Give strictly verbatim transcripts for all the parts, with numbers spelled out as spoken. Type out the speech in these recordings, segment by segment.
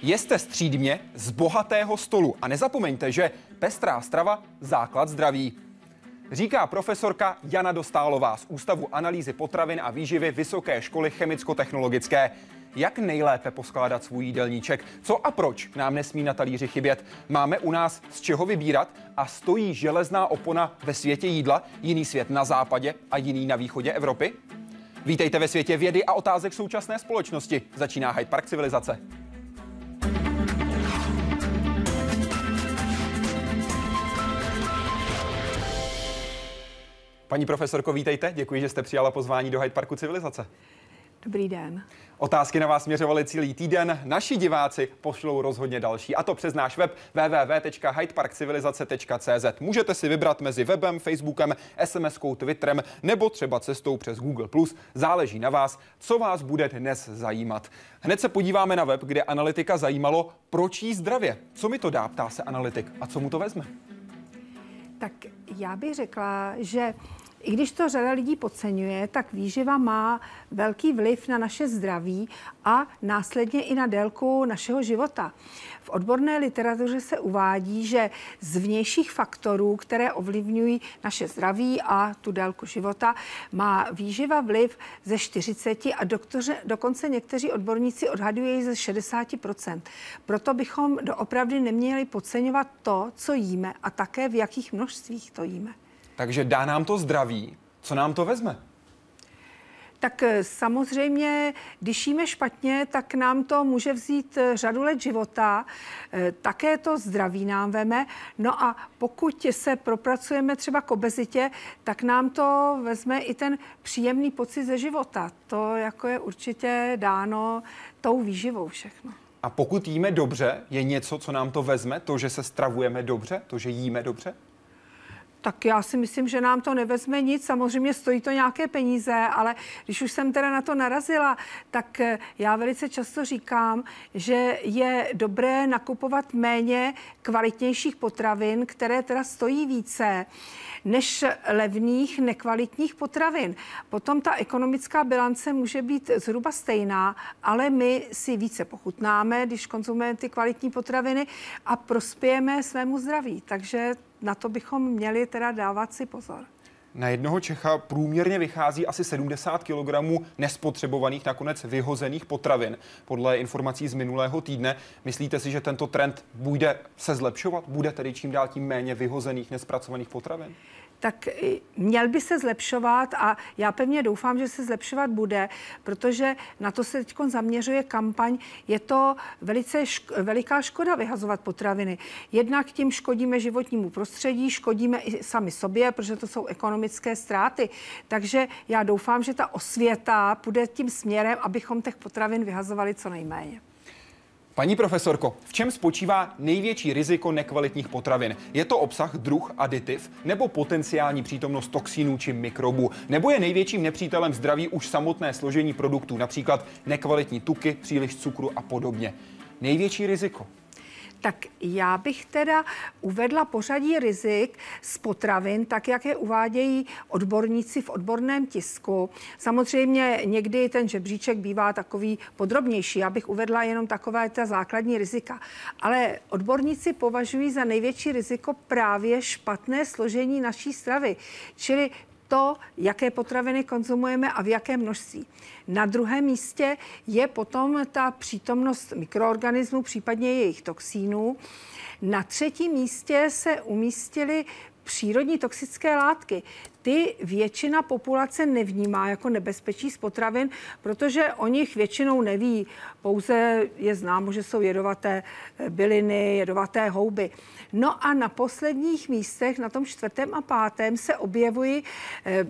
Jeste střídmě z bohatého stolu a nezapomeňte, že pestrá strava základ zdraví. Říká profesorka Jana Dostálová z Ústavu analýzy potravin a výživy Vysoké školy chemicko-technologické. Jak nejlépe poskládat svůj jídelníček? Co a proč nám nesmí na talíři chybět? Máme u nás z čeho vybírat a stojí železná opona ve světě jídla, jiný svět na západě a jiný na východě Evropy? Vítejte ve světě vědy a otázek současné společnosti. Začíná Hyde Park civilizace. Paní profesorko, vítejte. Děkuji, že jste přijala pozvání do Hyde Parku civilizace. Dobrý den. Otázky na vás směřovaly celý týden. Naši diváci pošlou rozhodně další, a to přes náš web w w w tečka hyde park civilizace tečka c z. Můžete si vybrat mezi webem, Facebookem, es em eskou, Twitterem nebo třeba cestou přes Google plus. Záleží na vás, co vás bude dnes zajímat. Hned se podíváme na web, kde analytika zajímalo, proč jí zdravě. Co mi to dá, ptá se analytik, a co mu to vezme? Tak já bych řekla, že i když to řada lidí podceňuje, tak výživa má velký vliv na naše zdraví a následně i na délku našeho života. V odborné literatuře se uvádí, že z vnějších faktorů, které ovlivňují naše zdraví a tu délku života, má výživa vliv ze čtyřiceti a doktoře, dokonce někteří odborníci odhadují ze šedesáti procent. Proto bychom doopravdy neměli podceňovat to, co jíme a také v jakých množstvích to jíme. Takže dá nám to zdraví, co nám to vezme? Tak samozřejmě, když jíme špatně, tak nám to může vzít řadu let života, také to zdraví nám veme. No a pokud se propracujeme třeba k obezitě, tak nám to vezme i ten příjemný pocit ze života. To jako je určitě dáno tou výživou všechno. A pokud jíme dobře, je něco, co nám to vezme? To, že se stravujeme dobře? To, že jíme dobře? Tak já si myslím, že nám to nevezme nic. Samozřejmě stojí to nějaké peníze, ale když už jsem teda na to narazila, tak já velice často říkám, že je dobré nakupovat méně kvalitnějších potravin, které teda stojí více než levných, nekvalitních potravin. Potom ta ekonomická bilance může být zhruba stejná, ale my si více pochutnáme, když konzumujeme ty kvalitní potraviny a prospějeme svému zdraví. Takže na to bychom měli teda dávat si pozor. Na jednoho Čecha průměrně vychází asi sedmdesát kilogramů nespotřebovaných, nakonec vyhozených potravin. Podle informací z minulého týdne, myslíte si, že tento trend bude se zlepšovat? Bude tedy čím dál tím méně vyhozených, nespracovaných potravin? Tak měl by se zlepšovat a já pevně doufám, že se zlepšovat bude, protože na to se teď zaměřuje kampaň. Je to velice šk- veliká škoda vyhazovat potraviny. Jednak tím škodíme životnímu prostředí, škodíme i sami sobě, protože to jsou ekonomické ztráty. Takže já doufám, že ta osvěta půjde tím směrem, abychom těch potravin vyhazovali co nejméně. Paní profesorko, v čem spočívá největší riziko nekvalitních potravin? Je to obsah, druh, aditiv, nebo potenciální přítomnost toxinů či mikrobů? Nebo je největším nepřítelem zdraví už samotné složení produktů, například nekvalitní tuky, příliš cukru a podobně? Největší riziko? Tak já bych teda uvedla pořadí rizik z potravin, tak jak je uvádějí odborníci v odborném tisku. Samozřejmě někdy ten žebříček bývá takový podrobnější. Já bych uvedla jenom takové ta základní rizika. Ale odborníci považují za největší riziko právě špatné složení naší stravy. Čili to, jaké potraviny konzumujeme a v jakém množství. Na druhém místě je potom ta přítomnost mikroorganismů, případně jejich toxínů. Na třetím místě se umístily přírodní toxické látky. Ty většina populace nevnímá jako nebezpečí z potravin, protože o nich většinou neví. Pouze je známo, že jsou jedovaté byliny, jedovaté houby. No a na posledních místech, na tom čtvrtém a pátém, se objevují eh,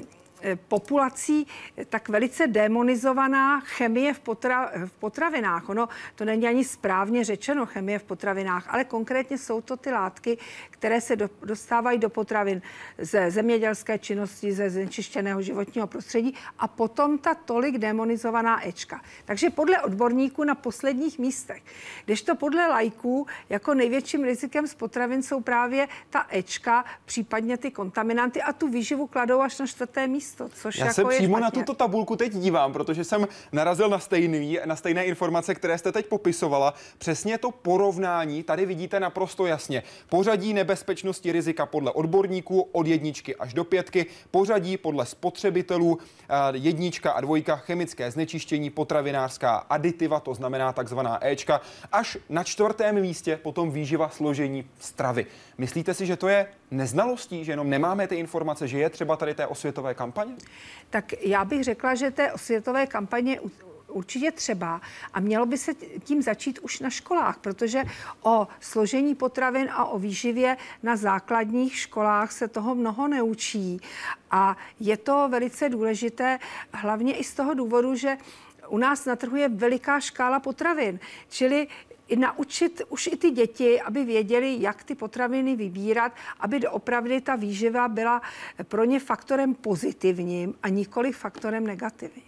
populací tak velice demonizovaná chemie v, potra, v potravinách. Ono to není ani správně řečeno chemie v potravinách, ale konkrétně jsou to ty látky, které se do, dostávají do potravin ze zemědělské činnosti, ze znečištěného životního prostředí a potom ta tolik demonizovaná éčka. Takže podle odborníků na posledních místech. Kdežto podle laiků jako největším rizikem z potravin jsou právě ta éčka, případně ty kontaminanty a tu výživu kladou až na čtvrté místo. místo, což Já jako se je přímo špatně. na tuto tabulku teď dívám, protože jsem narazil na, stejný, na stejné informace, které jste teď popisovala. Přesně to porovnání tady vidíte naprosto jasně. Pořadí nebezpečnosti rizika podle odborníků od jedničky až do pětky, pořadí podle spotřebitelů, jednička a dvojka chemické znečištění, potravinářská aditiva, to znamená takzvaná Éčka, až na čtvrtém místě potom výživa složení stravy. Myslíte si, že to je neznalostí, že jenom nemáme ty informace, že je třeba tady té osvětové kampaně? Tak já bych řekla, že té osvětové kampaně určitě třeba a mělo by se tím začít už na školách, protože o složení potravin a o výživě na základních školách se toho mnoho neučí a je to velice důležité, hlavně i z toho důvodu, že u nás na trhu je veliká škála potravin, čili i naučit už i ty děti, aby věděli, jak ty potraviny vybírat, aby doopravdy ta výživa byla pro ně faktorem pozitivním a nikoli faktorem negativním.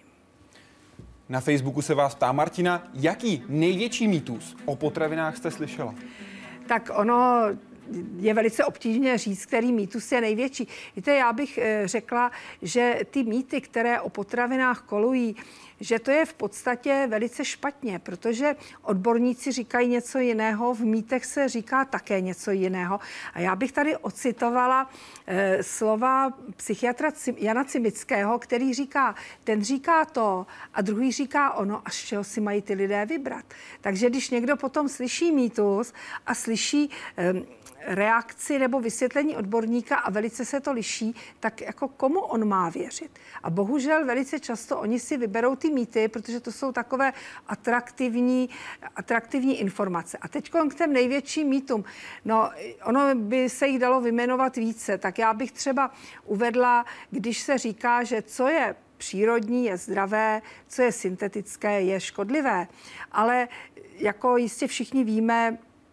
Na Facebooku se vás ptá Martina, jaký největší mýtus o potravinách jste slyšela? Tak ono je velice obtížné říct, který mýtus je největší. Víte, já bych řekla, že ty mýty, které o potravinách kolují, že to je v podstatě velice špatně, protože odborníci říkají něco jiného, v mýtech se říká také něco jiného. A já bych tady ocitovala eh, slova psychiatra Jana Cimického, který říká, ten říká to a druhý říká ono, a z čeho si mají ty lidé vybrat. Takže když někdo potom slyší mýtus a slyší eh, reakci nebo vysvětlení odborníka a velice se to liší, tak jako komu on má věřit? A bohužel velice často oni si vyberou ty mýty, protože to jsou takové atraktivní, atraktivní informace. A teď k těm největším mýtům. No, ono by se jich dalo vyjmenovat více, tak já bych třeba uvedla, když se říká, že co je přírodní, je zdravé, co je syntetické, je škodlivé. Ale jako jistě všichni víme,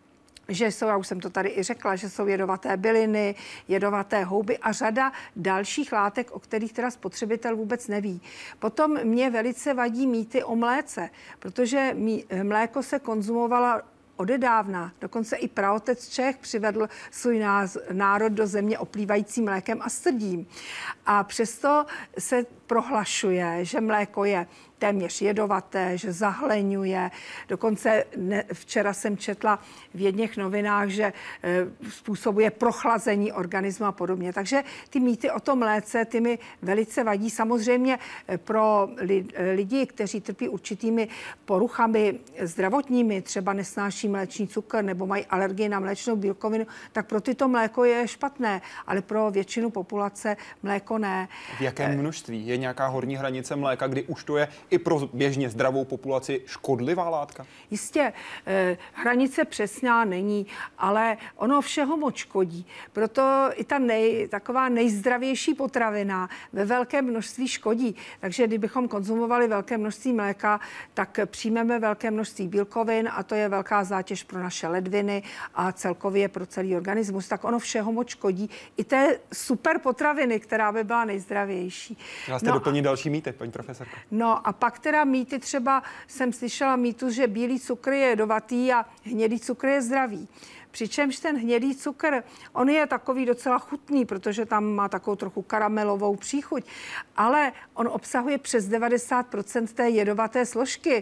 že jsou, já už jsem to tady i řekla, že jsou jedovaté byliny, jedovaté houby a řada dalších látek, o kterých teda spotřebitel vůbec neví. Potom mě velice vadí mýty o mléce, protože mléko se konzumovala odedávna. Dokonce i praotec Čech přivedl svůj národ do země oplývající mlékem a strdím. A přesto se prohlašuje, že mléko je téměř jedovaté, že zahleňuje. Dokonce ne, včera jsem četla v jedných novinách, že e, způsobuje prochlazení organismu a podobně. Takže ty mýty o tom mléce, ty mi velice vadí. Samozřejmě pro li, lidi, kteří trpí určitými poruchami zdravotními, třeba nesnáší mléčný cukr nebo mají alergii na mléčnou bílkovinu, tak pro tyto mléko je špatné, ale pro většinu populace mléko ne. V jakém množství? Je nějaká horní hranice mléka, kdy už to je i pro běžně zdravou populaci škodlivá látka? Jistě, eh, hranice přesná není, ale ono všeho moc škodí. Proto i ta nej, taková nejzdravější potravina ve velkém množství škodí. Takže kdybychom konzumovali velké množství mléka, tak přijmeme velké množství bílkovin a to je velká zátěž pro naše ledviny a celkově pro celý organismus. Tak ono všeho moc škodí. I té super potraviny, která by byla nejzdravější. Já jste no doplnit další mýty, paní profesorko. No a pak teda mýty, třeba jsem slyšela mýtus, že bílý cukr je jedovatý a hnědý cukr je zdravý. Přičemž ten hnědý cukr, on je takový docela chutný, protože tam má takovou trochu karamelovou příchuť, ale on obsahuje přes devadesát procent té jedovaté složky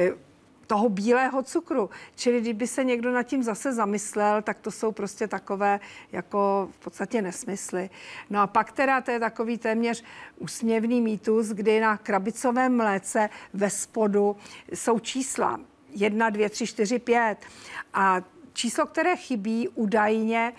toho bílého cukru. Čili kdyby se někdo nad tím zase zamyslel, tak to jsou prostě takové jako v podstatě nesmysly. No a pak teda to je takový téměř úsměvný mýtus, kdy na krabicovém mléce ve spodu jsou čísla jedna, dvě, tři, čtyři, pět. A číslo, které chybí údajně,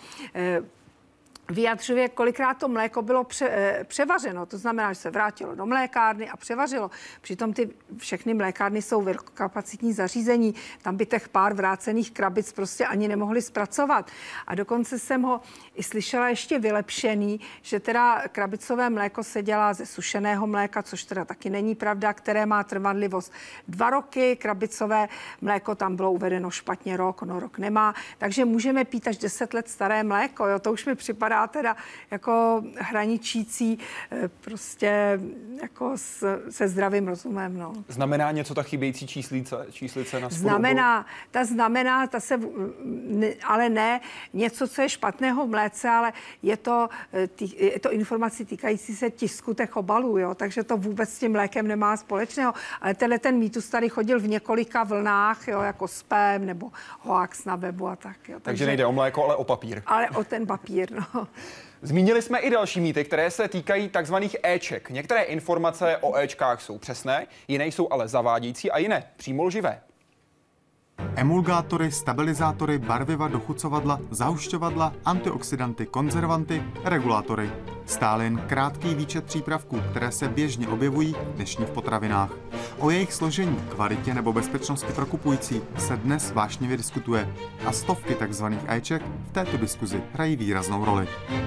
vyjadřuje, kolikrát to mléko bylo pře, převařeno. To znamená, že se vrátilo do mlékárny a převařilo. Přitom ty všechny mlékárny jsou velkokapacitní zařízení. Tam by těch pár vrácených krabic prostě ani nemohli zpracovat. A dokonce jsem ho i slyšela ještě vylepšený, že teda krabicové mléko se dělá ze sušeného mléka, což teda taky není pravda, které má trvanlivost dva roky. Krabicové mléko tam bylo uvedeno špatně rok, ono rok nemá. Takže můžeme pít až deset let staré mléko. Jo? To už mi připadá vypadá teda jako hraničící prostě jako s, se zdravým rozumem. No. Znamená něco ta chybějící číslice, číslice na spodu? Znamená, ta znamená, ta se, ale ne něco, co je špatného v mléce, ale je to, je to informace týkající se tisku těch obalů, jo, takže to vůbec s tím mlékem nemá společného. Ale tenhle ten mýtus tady chodil v několika vlnách, jo, jako spam nebo hoax na webu a tak. Jo. Takže, takže nejde o mléko, ale o papír. Ale o ten papír, no. Zmínili jsme i další mýty, které se týkají takzvaných éček. Některé informace o éčkách jsou přesné, jiné jsou ale zavádějící a jiné přímo lživé. Emulgátory, stabilizátory, barviva, dochucovadla, zahušťovadla, antioxidanty, konzervanty, regulátory. Stále jen krátký výčet přípravků, které se běžně objevují v dnešních potravinách. O jejich složení, kvalitě nebo bezpečnosti pro kupující se dnes vášnivě diskutuje a stovky takzvaných éček v této diskuzi hrají výraznou roli.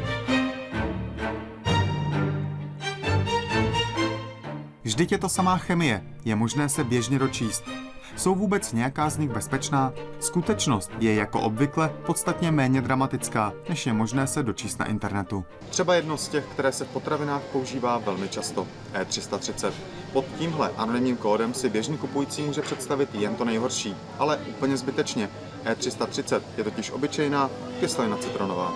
Vždyť je to samá chemie, je možné se běžně dočíst. Jsou vůbec nějaká z nich bezpečná? Skutečnost je jako obvykle podstatně méně dramatická, než je možné se dočíst na internetu. Třeba jedno z těch, které se v potravinách používá velmi často, E tři sta třicet. Pod tímhle anonymním kódem si běžný kupující může představit jen to nejhorší, ale úplně zbytečně. E tři sta třicet je totiž obyčejná kyselina citronová.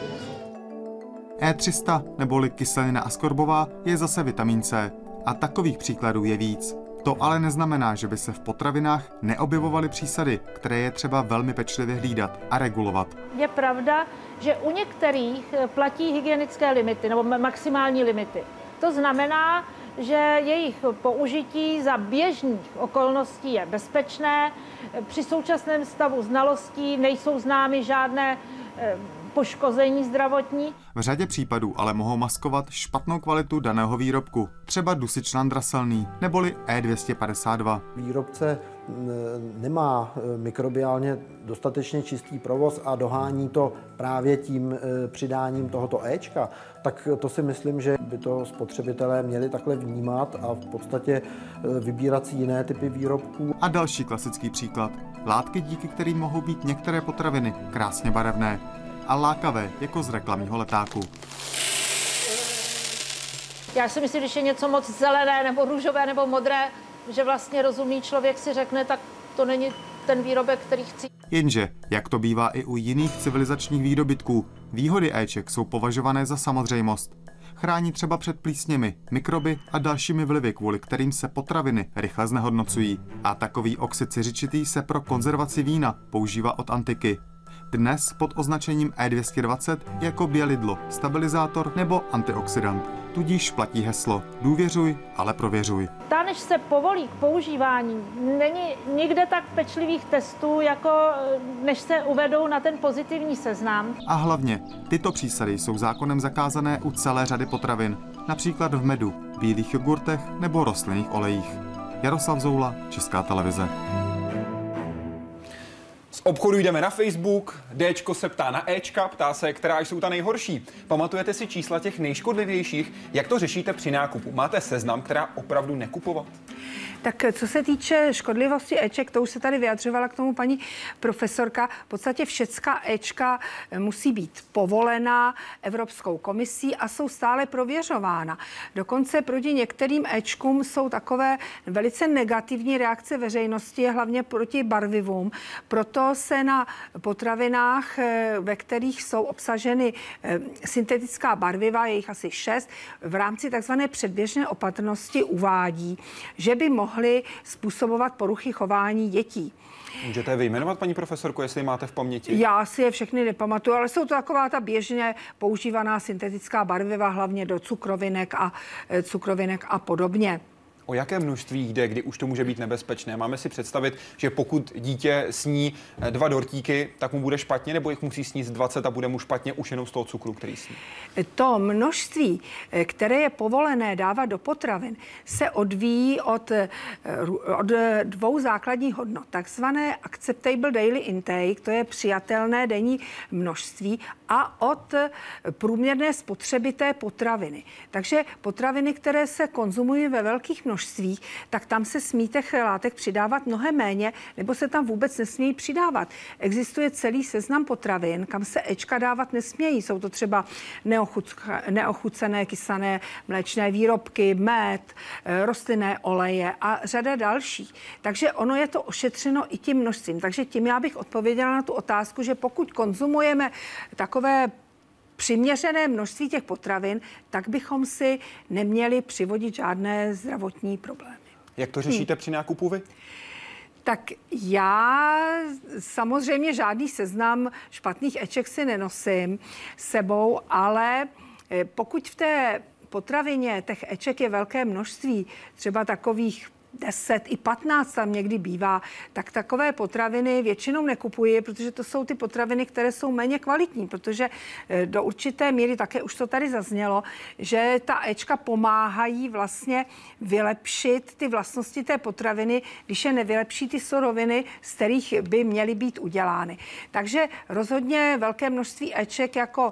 E tři sta neboli kyselina askorbová je zase vitamin C a takových příkladů je víc. To ale neznamená, že by se v potravinách neobjevovaly přísady, které je třeba velmi pečlivě hlídat a regulovat. Je pravda, že u některých platí hygienické limity nebo maximální limity. To znamená, že jejich použití za běžných okolností je bezpečné. Při současném stavu znalostí nejsou známy žádné poškození zdravotní. V řadě případů ale mohou maskovat špatnou kvalitu daného výrobku, třeba dusičnan draselný, neboli E dvě stě padesát dva. Výrobce nemá mikrobiálně dostatečně čistý provoz a dohání to právě tím přidáním tohoto éčka, tak to si myslím, že by to spotřebitelé měli takhle vnímat a v podstatě vybírat si jiné typy výrobků. A další klasický příklad. Látky, díky kterým mohou být některé potraviny krásně barevné a lákavé, jako z reklamního letáku. Já si myslím, když je něco moc zelené, nebo růžové, nebo modré, že vlastně rozumný člověk si řekne, tak to není ten výrobek, který chci. Jenže, jak to bývá i u jiných civilizačních výdobytků, výhody éček jsou považované za samozřejmost. Chrání třeba před plísněmi, mikroby a dalšími vlivy, kvůli kterým se potraviny rychle znehodnocují. A takový oxid siřičitý se pro konzervaci vína používá od antiky. Dnes pod označením E dvě stě dvacet jako bělidlo, stabilizátor nebo antioxidant. Tudíž platí heslo důvěřuj, ale prověřuj. Ta, než se povolí k používání, není nikde tak pečlivých testů, jako než se uvedou na ten pozitivní seznam. A hlavně, tyto přísady jsou zákonem zakázané u celé řady potravin, například v medu, bílých jogurtech nebo rostlinných olejích. Jaroslav Zoula, Česká televize. Z obchodu jdeme na Facebook, Déčko se ptá na Éčka, ptá se, která jsou ta nejhorší. Pamatujete si čísla těch nejškodlivějších? Jak to řešíte při nákupu? Máte seznam, která opravdu nekupovat? Tak co se týče škodlivosti éček, to už se tady vyjadřovala k tomu paní profesorka. V podstatě všecká éčka musí být povolená Evropskou komisí a jsou stále prověřována. Dokonce proti některým éčkům jsou takové velice negativní reakce veřejnosti, hlavně proti barvivům. Proto se na potravinách, ve kterých jsou obsaženy syntetická barviva, je jich asi šest, v rámci takzvané předběžné opatrnosti uvádí, že by mohly způsobovat poruchy chování dětí. Můžete vyjmenovat, paní profesorko, jestli máte v paměti? Já si je všechny nepamatuju, ale jsou to taková ta běžně používaná syntetická barviva, hlavně do cukrovinek a, cukrovinek a podobně. O jaké množství jde, kdy už to může být nebezpečné? Máme si představit, že pokud dítě sní dva dortíky, tak mu bude špatně, nebo jich musí sníst dvacet a bude mu špatně už jenom z toho cukru, který sní? To množství, které je povolené dávat do potravin, se odvíjí od, od dvou základních hodnot. Takzvané acceptable daily intake, to je přijatelné denní množství, a od průměrné spotřeby té potraviny. Takže potraviny, které se konzumují ve velkých množstvích, množstvích, tak tam se smí těch látek přidávat mnohem méně, nebo se tam vůbec nesmějí přidávat. Existuje celý seznam potravin, kam se Ečka dávat nesmějí. Jsou to třeba neochucené kysané mléčné výrobky, med, rostlinné oleje a řada dalších. Takže ono je to ošetřeno i tím množstvím. Takže tím já bych odpověděla na tu otázku, že pokud konzumujeme takové přiměřené množství těch potravin, tak bychom si neměli přivodit žádné zdravotní problémy. Jak to řešíte hmm. při nákupu vy? Tak já samozřejmě žádný seznam špatných Eček si nenosím sebou, ale pokud v té potravině těch Eček je velké množství, třeba takových deset i patnáct tam někdy bývá, tak takové potraviny většinou nekupuji, protože to jsou ty potraviny, které jsou méně kvalitní, protože do určité míry, také už to tady zaznělo, že ta Ečka pomáhají vlastně vylepšit ty vlastnosti té potraviny, když je nevylepší ty suroviny, z kterých by měly být udělány. Takže rozhodně velké množství Eček jako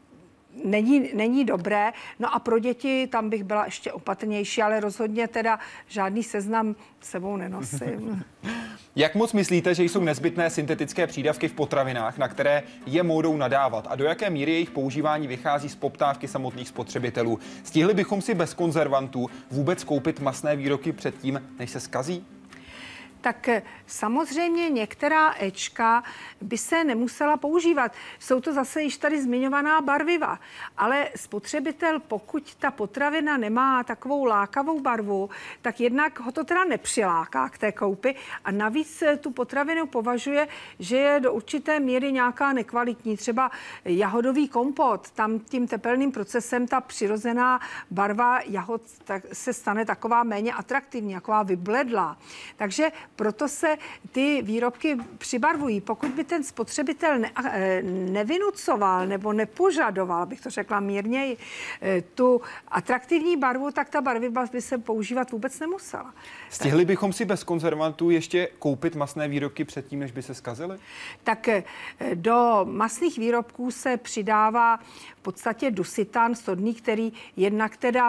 Není, není dobré. No a pro děti tam bych byla ještě opatrnější, ale rozhodně teda žádný seznam sebou nenosím. Jak moc myslíte, že jsou nezbytné syntetické přídavky v potravinách, na které je módou nadávat? A do jaké míry jejich používání vychází z poptávky samotných spotřebitelů? Stihli bychom si bez konzervantů vůbec koupit masné výrobky předtím, než se zkazí? Tak samozřejmě některá Ečka by se nemusela používat. Jsou to zase již tady zmiňovaná barviva. Ale spotřebitel, pokud ta potravina nemá takovou lákavou barvu, tak jednak ho to teda nepřiláká k té koupi a navíc tu potravinu považuje, že je do určité míry nějaká nekvalitní. Třeba jahodový kompot, tam tím tepelným procesem ta přirozená barva jahod tak se stane taková méně atraktivní, taková vybledlá. Takže proto se ty výrobky přibarvují. Pokud by ten spotřebitel ne, nevynucoval nebo nepožadoval, bych to řekla mírněji, tu atraktivní barvu, tak ta barviva by se používat vůbec nemusela. Stihli bychom si bez konzervantů ještě koupit masné výrobky předtím, než by se zkazily? Tak do masných výrobků se přidává v podstatě dusitan sodný, který jednak teda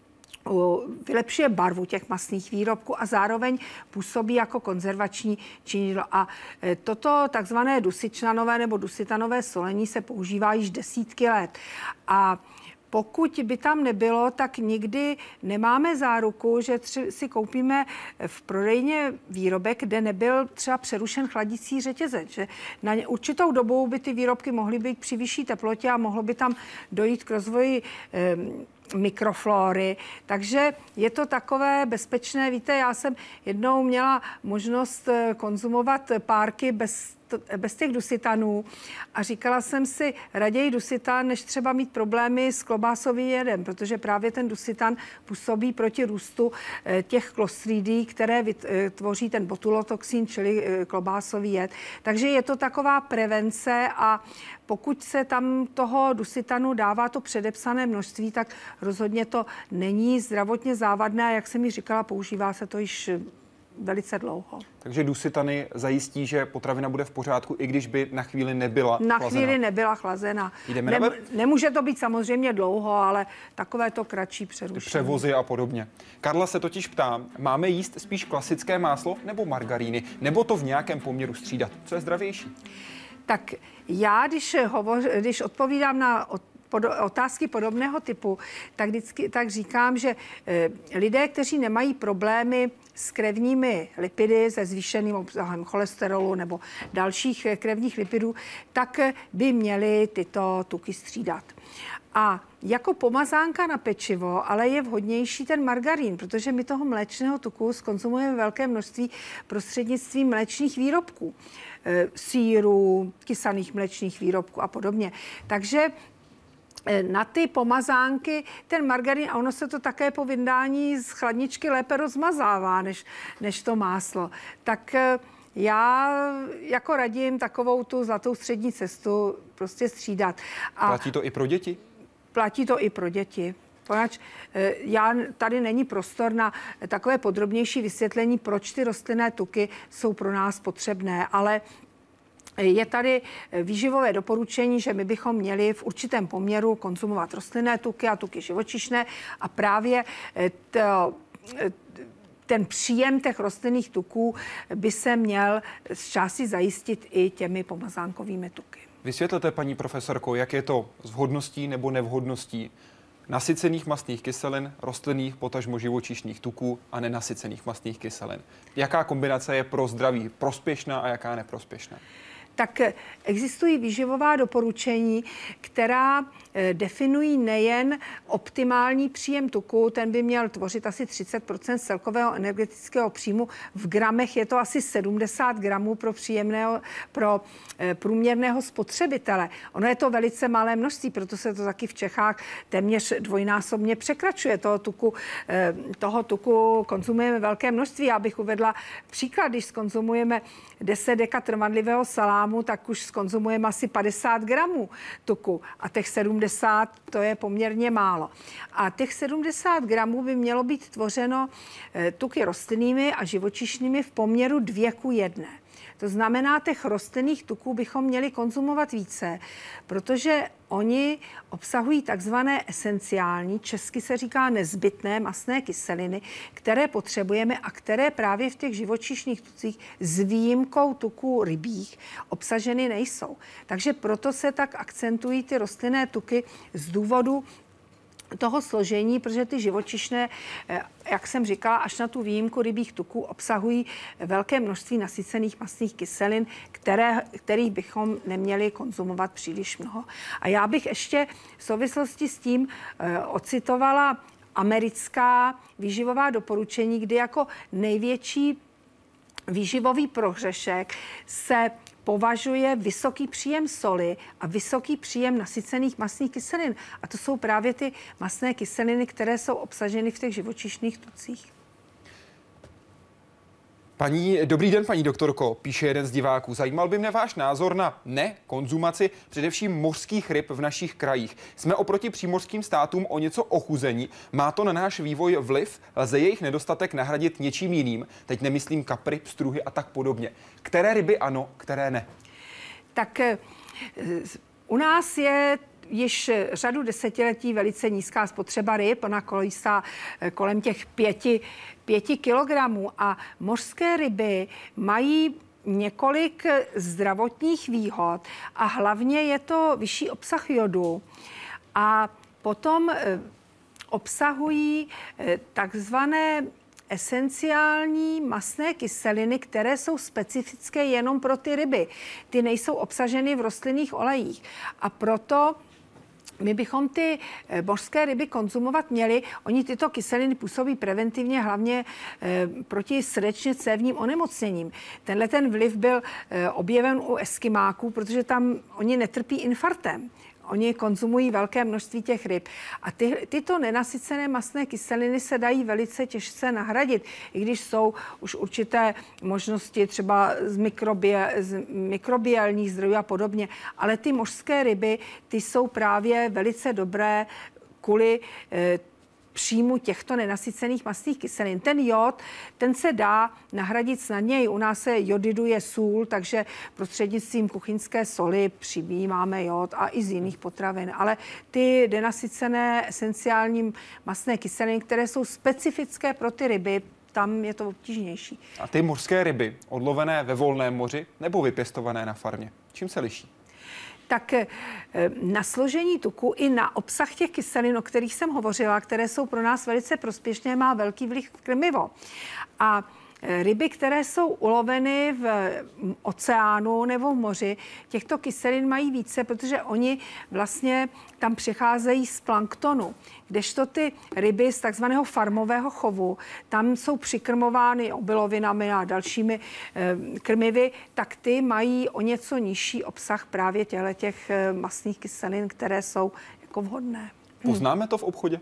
vylepšuje barvu těch masných výrobků a zároveň působí jako konzervační činidlo. A toto takzvané dusičnanové nebo dusitanové solení se používá již desítky let. A pokud by tam nebylo, tak nikdy nemáme záruku, že tři, si koupíme v prodejně výrobek, kde nebyl třeba přerušen chladicí řetězec. Že na určitou dobu by ty výrobky mohly být při vyšší teplotě a mohlo by tam dojít k rozvoji eh, mikroflóry, takže je to takové bezpečné. Víte, já jsem jednou měla možnost konzumovat párky bez, bez těch dusitanů a říkala jsem si raději dusitan, než třeba mít problémy s klobásovým jedem, protože právě ten dusitan působí proti růstu těch klostridí, které tvoří ten botulotoxin, čili klobásový jed. Takže je to taková prevence a pokud se tam toho dusitanu dává to předepsané množství, tak rozhodně to není zdravotně závadné a jak jsem mi říkala, používá se to již velice dlouho. Takže dusitany zajistí, že potravina bude v pořádku, i když by na chvíli nebyla Na chlazena. chvíli nebyla chlazena. Jdeme Nem, na... Nemůže to být samozřejmě dlouho, ale takové to kratší přerušení. Převozy a podobně. Karla se totiž ptá, máme jíst spíš klasické máslo nebo margaríny, nebo to v nějakém poměru střídat? Co je zdravější? Tak já, když, hovoř, když odpovídám na otázky podobného typu, tak, vždycky, tak říkám, že e, lidé, kteří nemají problémy s krevními lipidy, se zvýšeným obsahem cholesterolu nebo dalších krevních lipidů, tak by měli tyto tuky střídat. A jako pomazánka na pečivo, ale je vhodnější ten margarín, protože my toho mléčného tuku skonzumujeme velké množství prostřednictvím mléčných výrobků, e, sýrů, kysaných mléčných výrobků a podobně. Takže na ty pomazánky ten margarín, a ono se to také po vyndání z chladničky lépe rozmazává, než, než to máslo. Tak já jako radím takovou tu zlatou střední cestu prostě střídat. A platí to i pro děti? Platí to i pro děti. Poněvadž já, tady není prostor na takové podrobnější vysvětlení, proč ty rostlinné tuky jsou pro nás potřebné, ale je tady výživové doporučení, že my bychom měli v určitém poměru konzumovat rostlinné tuky a tuky živočišné a právě to, ten příjem těch rostlinných tuků by se měl z části zajistit i těmi pomazánkovými tuky. Vysvětlete, paní profesorko, jak je to s vhodností nebo nevhodností nasycených mastných kyselin, rostlinných, potažmo živočišných tuků a nenasycených mastných kyselin. Jaká kombinace je pro zdraví prospěšná a jaká neprospěšná? Tak existují výživová doporučení, která definují nejen optimální příjem tuku, ten by měl tvořit asi třicet procent celkového energetického příjmu. V gramech je to asi sedmdesát gramů pro příjemného, pro průměrného spotřebitele. Ono je to velice malé množství, proto se to taky v Čechách téměř dvojnásobně překračuje. Toho tuku, toho tuku konzumujeme velké množství. Já bych uvedla příklad, když skonzumujeme deset deka trvanlivého salámu, tak už skonzumujeme asi padesát gramů tuku a těch sedmdesát, to je poměrně málo. A těch sedmdesát gramů by mělo být tvořeno tuky rostlinnými a živočišnými v poměru dvě ku jedné. To znamená, těch rostlinných tuků bychom měli konzumovat více, protože oni obsahují takzvané esenciální, česky se říká nezbytné mastné kyseliny, které potřebujeme a které právě v těch živočišných tucích s výjimkou tuků rybích obsaženy nejsou. Takže proto se tak akcentují ty rostlinné tuky z důvodu toho složení, protože ty živočišné, jak jsem říkala, až na tu výjimku rybích tuků obsahují velké množství nasycených mastných kyselin, které, kterých bychom neměli konzumovat příliš mnoho. A já bych ještě v souvislosti s tím ocitovala americká výživová doporučení, kdy jako největší výživový prohřešek se považuje vysoký příjem soli a vysoký příjem nasycených mastných kyselin. A to jsou právě ty mastné kyseliny, které jsou obsaženy v těch živočišných tucích. Paní, dobrý den, paní doktorko, píše jeden z diváků. Zajímal by mě váš názor na nekonzumaci především mořských ryb v našich krajích. Jsme oproti přímořským státům o něco ochuzení. Má to na náš vývoj vliv? Lze jejich nedostatek nahradit něčím jiným? Teď nemyslím kapry, pstruhy a tak podobně. Které ryby ano, které ne? Tak u nás je již řadu desetiletí velice nízká spotřeba ryb, ona kolísá kolem těch pěti, pěti kilogramů a mořské ryby mají několik zdravotních výhod a hlavně je to vyšší obsah jodu a potom obsahují takzvané esenciální mastné kyseliny, které jsou specifické jenom pro ty ryby. Ty nejsou obsaženy v rostlinných olejích a proto my bychom ty mořské ryby konzumovat měli. Oni tyto kyseliny působí preventivně hlavně e, proti srdečně cévním onemocněním. Tenhle ten vliv byl e, objeven u Eskimáků, protože tam oni netrpí infarktem. Oni konzumují velké množství těch ryb. A ty, tyto nenasycené mastné kyseliny se dají velice těžce nahradit, i když jsou už určité možnosti třeba z, mikrobie, z mikrobiálních zdrojů a podobně. Ale ty mořské ryby, ty jsou právě velice dobré kvůli eh, příjmu těchto nenasycených mastných kyselin. Ten jod, ten se dá nahradit snadněji. U nás se jodiduje sůl, takže prostřednictvím kuchyňské soli přijímáme jod a i z jiných potravin. Ale ty nenasycené esenciální mastné kyseliny, které jsou specifické pro ty ryby, tam je to obtížnější. A ty mořské ryby, odlovené ve volném moři nebo vypěstované na farmě, čím se liší? Tak na složení tuku i na obsah těch kyselin, o kterých jsem hovořila, které jsou pro nás velice prospěšné, má velký vliv krmivo. A ryby, které jsou uloveny v oceánu nebo v moři, těchto kyselin mají více, protože oni vlastně tam přicházejí z planktonu. Kdežto ty ryby z takzvaného farmového chovu, tam jsou přikrmovány obilovinami a dalšími e, krmivy, tak ty mají o něco nižší obsah právě těch mastných kyselin, které jsou jako vhodné. Poznáme to v obchodě?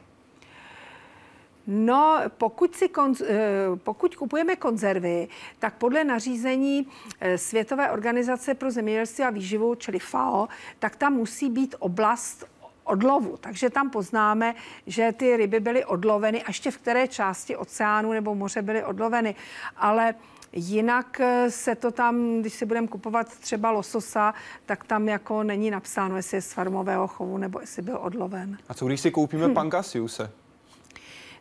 No, pokud, si konz, pokud kupujeme konzervy, tak podle nařízení Světové organizace pro zemědělství a výživu, čili F A O, tak tam musí být oblast odlovu. Takže tam poznáme, že ty ryby byly odloveny, a ještě v které části oceánu nebo moře byly odloveny. Ale jinak se to tam, když si budeme kupovat třeba lososa, tak tam jako není napsáno, jestli je z farmového chovu nebo jestli byl odloven. A co když si koupíme hm. pangasiuse?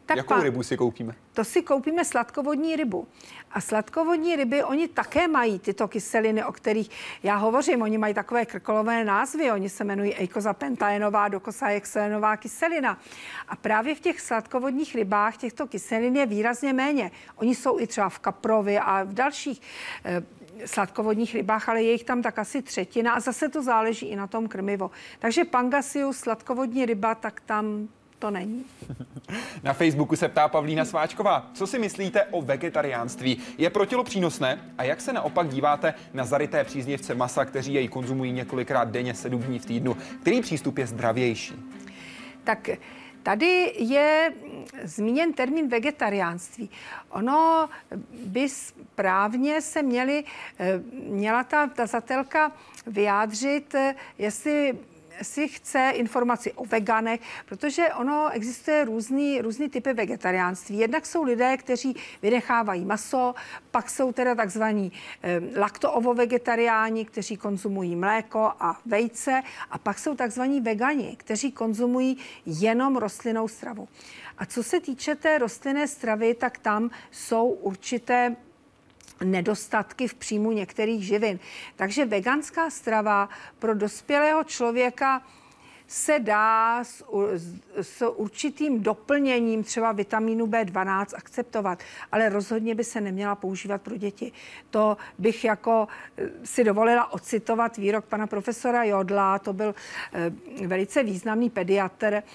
Tak Jakou pa, rybu si koupíme? To si koupíme sladkovodní rybu. A sladkovodní ryby, oni také mají tyto kyseliny, o kterých já hovořím. Oni mají takové krkolové názvy. Oni se jmenují eikozapentaenová, dokosahexaenová kyselina. A právě v těch sladkovodních rybách těchto kyselin je výrazně méně. Oni jsou i třeba v kaprovi a v dalších eh, sladkovodních rybách, ale je jich tam tak asi třetina a zase to záleží i na tom krmivo. Takže pangasius, sladkovodní ryba, tak tam to není. Na Facebooku se ptá Pavlína Sváčková, co si myslíte o vegetariánství? Je pro tělo přínosné? A jak se naopak díváte na zaryté příznivce masa, kteří jej konzumují několikrát denně, sedm dní v týdnu? Který přístup je zdravější? Tak tady je zmíněn termín vegetariánství. Ono by správně se měli, měla ta tazatelka vyjádřit, jestli si chce informaci o veganech, protože ono existuje různý, různý typy vegetariánství. Jednak jsou lidé, kteří vynechávají maso, pak jsou teda takzvaní eh, lakto-ovo-vegetariáni, kteří konzumují mléko a vejce, a pak jsou takzvaní vegani, kteří konzumují jenom rostlinnou stravu. A co se týče té rostlinné stravy, tak tam jsou určité nedostatky v příjmu některých živin. Takže veganská strava pro dospělého člověka se dá s, s určitým doplněním třeba vitamínu bé dvanáct akceptovat, ale rozhodně by se neměla používat pro děti. To bych jako si dovolila ocitovat výrok pana profesora Jodla, to byl velice významný pediatr,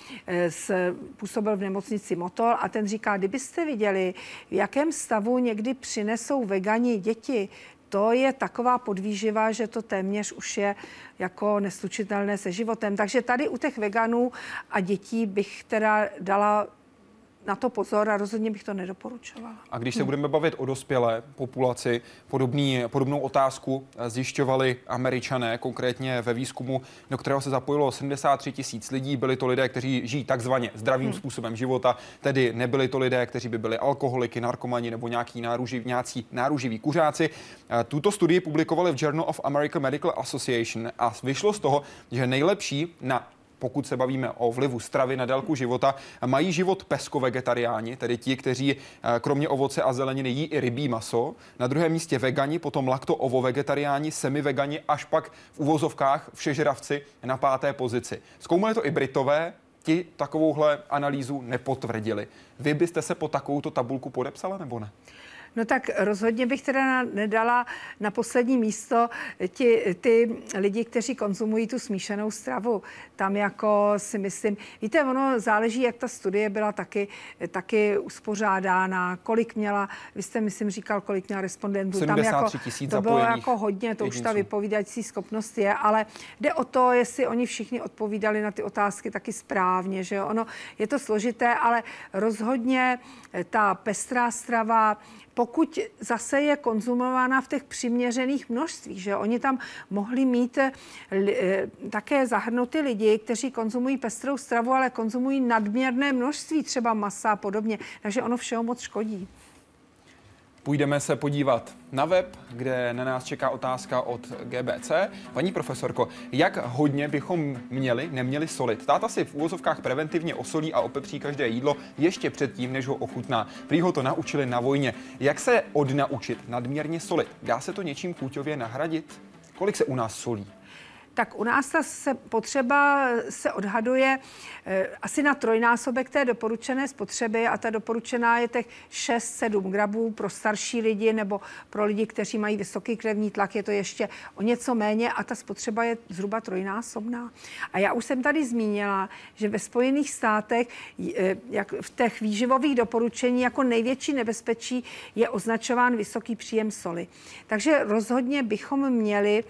působil v nemocnici Motol a ten říká, kdybyste viděli, v jakém stavu někdy přinesou vegani děti, to je taková podvýživa, že to téměř už je jako neslučitelné se životem. Takže tady u těch veganů a dětí bych teda dala na to pozor a rozhodně bych to nedoporučovala. A když se budeme bavit o dospělé populaci, podobný, podobnou otázku zjišťovali Američané, konkrétně ve výzkumu, do kterého se zapojilo sedmdesát tři tisíc lidí. Byli to lidé, kteří žijí takzvaně zdravým hmm. způsobem života, tedy nebyli to lidé, kteří by byli alkoholiky, narkomani nebo nějaký náruživ, nějací náruživí kuřáci. Tuto studii publikovali v Journal of American Medical Association a vyšlo z toho, že nejlepší na pokud se bavíme o vlivu stravy na délku života, mají život pesko-vegetariáni, tedy ti, kteří kromě ovoce a zeleniny jí i rybí maso. Na druhém místě vegani, potom lakto-ovo-vegetariáni, semi-vegani, až pak v uvozovkách všežravci na páté pozici. Zkoumali to i Britové, ti takovouhle analýzu nepotvrdili. Vy byste se po takovouto tabulku podepsala nebo ne? No tak rozhodně bych teda nedala na poslední místo ti, ty lidi, kteří konzumují tu smíšenou stravu. Tam jako si myslím, víte, ono záleží, jak ta studie byla taky, taky uspořádána, kolik měla, vy jste myslím říkal, kolik měla respondentů. Tam jako, to bylo jako hodně, to jedinců. Už ta vypovídající schopnost je, ale jde o to, jestli oni všichni odpovídali na ty otázky taky správně, že ono je to složité, ale rozhodně ta pestrá strava, pokud zase je konzumována v těch přiměřených množstvích, že oni tam mohli mít li, také zahrnuty lidi, kteří konzumují pestrou stravu, ale konzumují nadměrné množství třeba masa a podobně. Takže ono všeho moc škodí. Půjdeme se podívat na web, kde na nás čeká otázka od G B C. Paní profesorko, jak hodně bychom měli, neměli solit? Táta si v úvozovkách preventivně osolí a opepří každé jídlo ještě předtím, než ho ochutná. Prý ho to naučili na vojně. Jak se odnaučit nadměrně solit? Dá se to něčím chuťově nahradit? Kolik se u nás solí? Tak u nás ta se potřeba se odhaduje eh, asi na trojnásobek té doporučené spotřeby a ta doporučená je těch šest sedm gramů pro starší lidi nebo pro lidi, kteří mají vysoký krevní tlak, je to ještě o něco méně a ta spotřeba je zhruba trojnásobná. A já už jsem tady zmínila, že ve Spojených státech eh, jak v těch výživových doporučení jako největší nebezpečí je označován vysoký příjem soli. Takže rozhodně bychom měli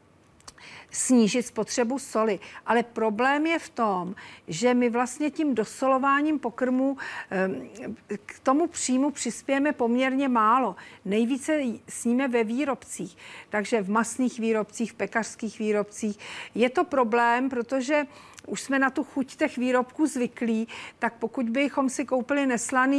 snížit spotřebu soli. Ale problém je v tom, že my vlastně tím dosolováním pokrmu k tomu příjmu přispějeme poměrně málo. Nejvíce sníme ve výrobcích, takže v masných výrobcích, v pekařských výrobcích. Je to problém, protože už jsme na tu chuť těch výrobků zvyklí, tak pokud bychom si koupili neslaný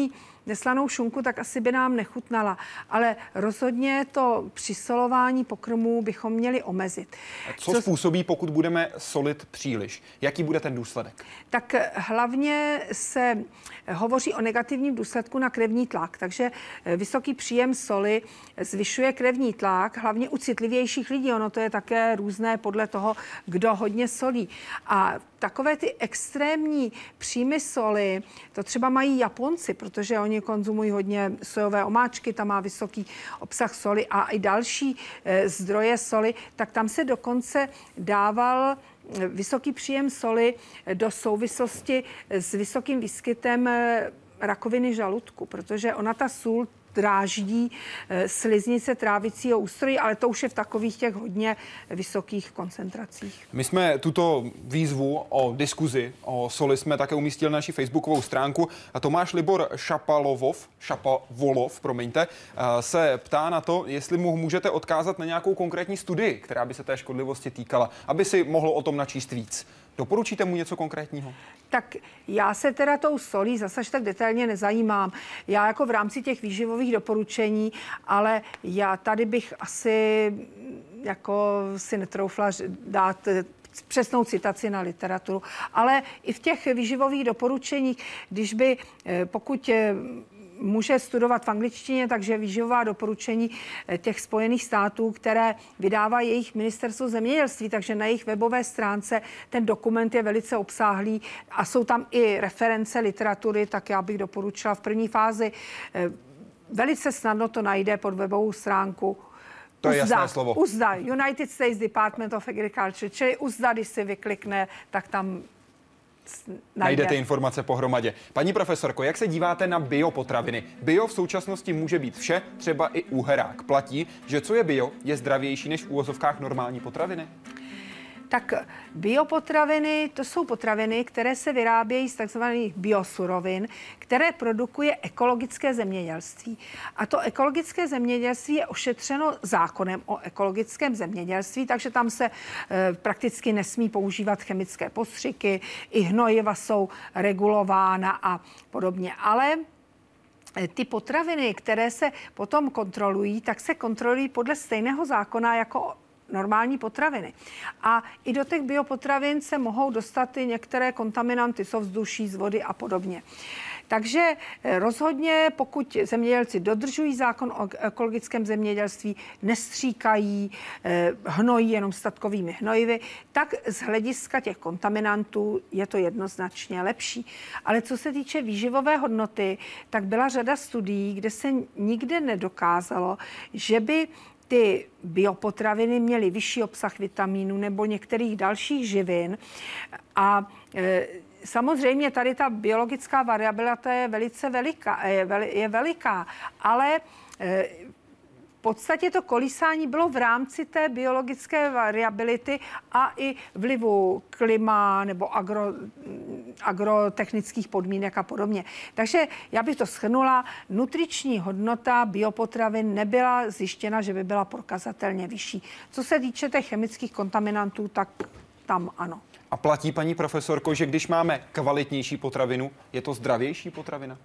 neslanou šunku, tak asi by nám nechutnala. Ale rozhodně to přisolování pokrmů bychom měli omezit. Co, Co způsobí, pokud budeme solit příliš? Jaký bude ten důsledek? Tak hlavně se hovoří o negativním důsledku na krevní tlak, takže vysoký příjem soli zvyšuje krevní tlak, hlavně u citlivějších lidí. Ono to je také různé podle toho, kdo hodně solí. A takové ty extrémní příjmy soli, to třeba mají Japonci, protože oni konzumují hodně sojové omáčky, tam má vysoký obsah soli a i další e, zdroje soli, tak tam se dokonce dával vysoký příjem soli do souvislosti s vysokým výskytem rakoviny žaludku, protože ona ta sůl dráždí sliznice trávicího ústrojí, ale to už je v takových těch hodně vysokých koncentracích. My jsme tuto výzvu o diskuzi o soli jsme také umístili na naši facebookovou stránku. A Tomáš Libor Šapalovov, Šapavolov, promiňte, se ptá na to, jestli mu můžete odkázat na nějakou konkrétní studii, která by se té škodlivosti týkala, aby si mohl o tom načíst víc. Doporučíte mu něco konkrétního? Tak já se teda tou solí zase tak detailně nezajímám. Já jako v rámci těch výživových doporučení, ale já tady bych asi jako si netroufla dát přesnou citaci na literaturu. Ale i v těch výživových doporučeních, když by, pokud může studovat v angličtině, takže výživová doporučení těch Spojených států, které vydává jejich ministerstvo zemědělství, takže na jejich webové stránce ten dokument je velice obsáhlý a jsou tam i reference literatury, tak já bych doporučila v první fázi. Velice snadno to najde pod webovou stránku. To je jasné slovo. U S D A, United States Department of Agriculture, čili U S D A, když si vyklikne, tak tam najdete informace pohromadě. Paní profesorko, jak se díváte na biopotraviny? Bio v současnosti může být vše, třeba i úherák. Platí, že co je bio, je zdravější než v úvozovkách normální potraviny? Tak biopotraviny, to jsou potraviny, které se vyrábějí z takzvaných biosurovin, které produkuje ekologické zemědělství. A to ekologické zemědělství je ošetřeno zákonem o ekologickém zemědělství, takže tam se e, prakticky nesmí používat chemické postřiky, i hnojiva jsou regulována a podobně. Ale ty potraviny, které se potom kontrolují, tak se kontrolují podle stejného zákona jako normální potraviny. A i do těch biopotravin se mohou dostat i některé kontaminanty z ovzduší, z vody a podobně. Takže rozhodně, pokud zemědělci dodržují zákon o ekologickém zemědělství, nestříkají, hnojí jenom statkovými hnojivy, tak z hlediska těch kontaminantů je to jednoznačně lepší. Ale co se týče výživové hodnoty, tak byla řada studií, kde se nikde nedokázalo, že by ty biopotraviny měly vyšší obsah vitamínů nebo některých dalších živin. A e, samozřejmě tady ta biologická variabilita je velice veliká, je, veli, je veliká, ale e, v podstatě to kolísání bylo v rámci té biologické variability a i vlivu klima nebo agro, agrotechnických podmínek a podobně. Takže já bych to shrnula. Nutriční hodnota biopotravin nebyla zjištěna, že by byla prokazatelně vyšší. Co se týče těch chemických kontaminantů, tak tam ano. A platí, paní profesorko, že když máme kvalitnější potravinu, je to zdravější potravina?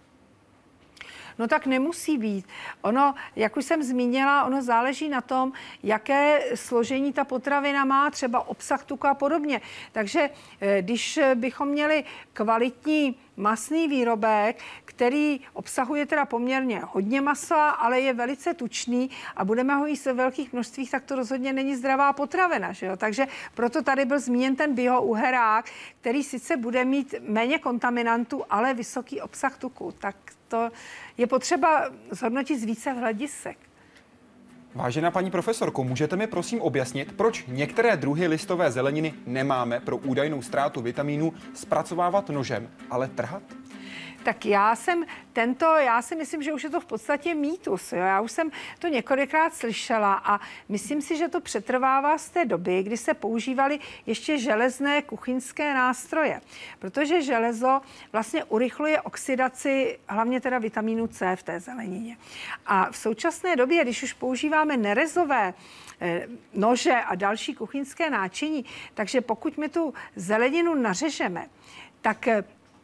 No tak nemusí být. Ono, jak už jsem zmínila, ono záleží na tom, jaké složení ta potravina má, třeba obsah tuku a podobně. Takže když bychom měli kvalitní masný výrobek, který obsahuje teda poměrně hodně masa, ale je velice tučný a budeme ho jíst ve velkých množstvích, tak to rozhodně není zdravá potravina. Že jo? Takže proto tady byl zmíněn ten biouherák, který sice bude mít méně kontaminantů, ale vysoký obsah tuku. Tak to je potřeba zhodnotit z více hledisek. Vážená paní profesorko, můžete mi prosím objasnit, proč některé druhy listové zeleniny nemáme pro údajnou ztrátu vitamínů zpracovávat nožem, ale trhat? Tak já jsem tento, já si myslím, že už je to v podstatě mýtus. Jo? Já už jsem to několikrát slyšela a myslím si, že to přetrvává z té doby, kdy se používaly ještě železné kuchyňské nástroje. Protože železo vlastně urychluje oxidaci hlavně teda vitamínu C v té zelenině. A v současné době, když už používáme nerezové nože a další kuchyňské náčiní, takže pokud my tu zeleninu nařežeme, tak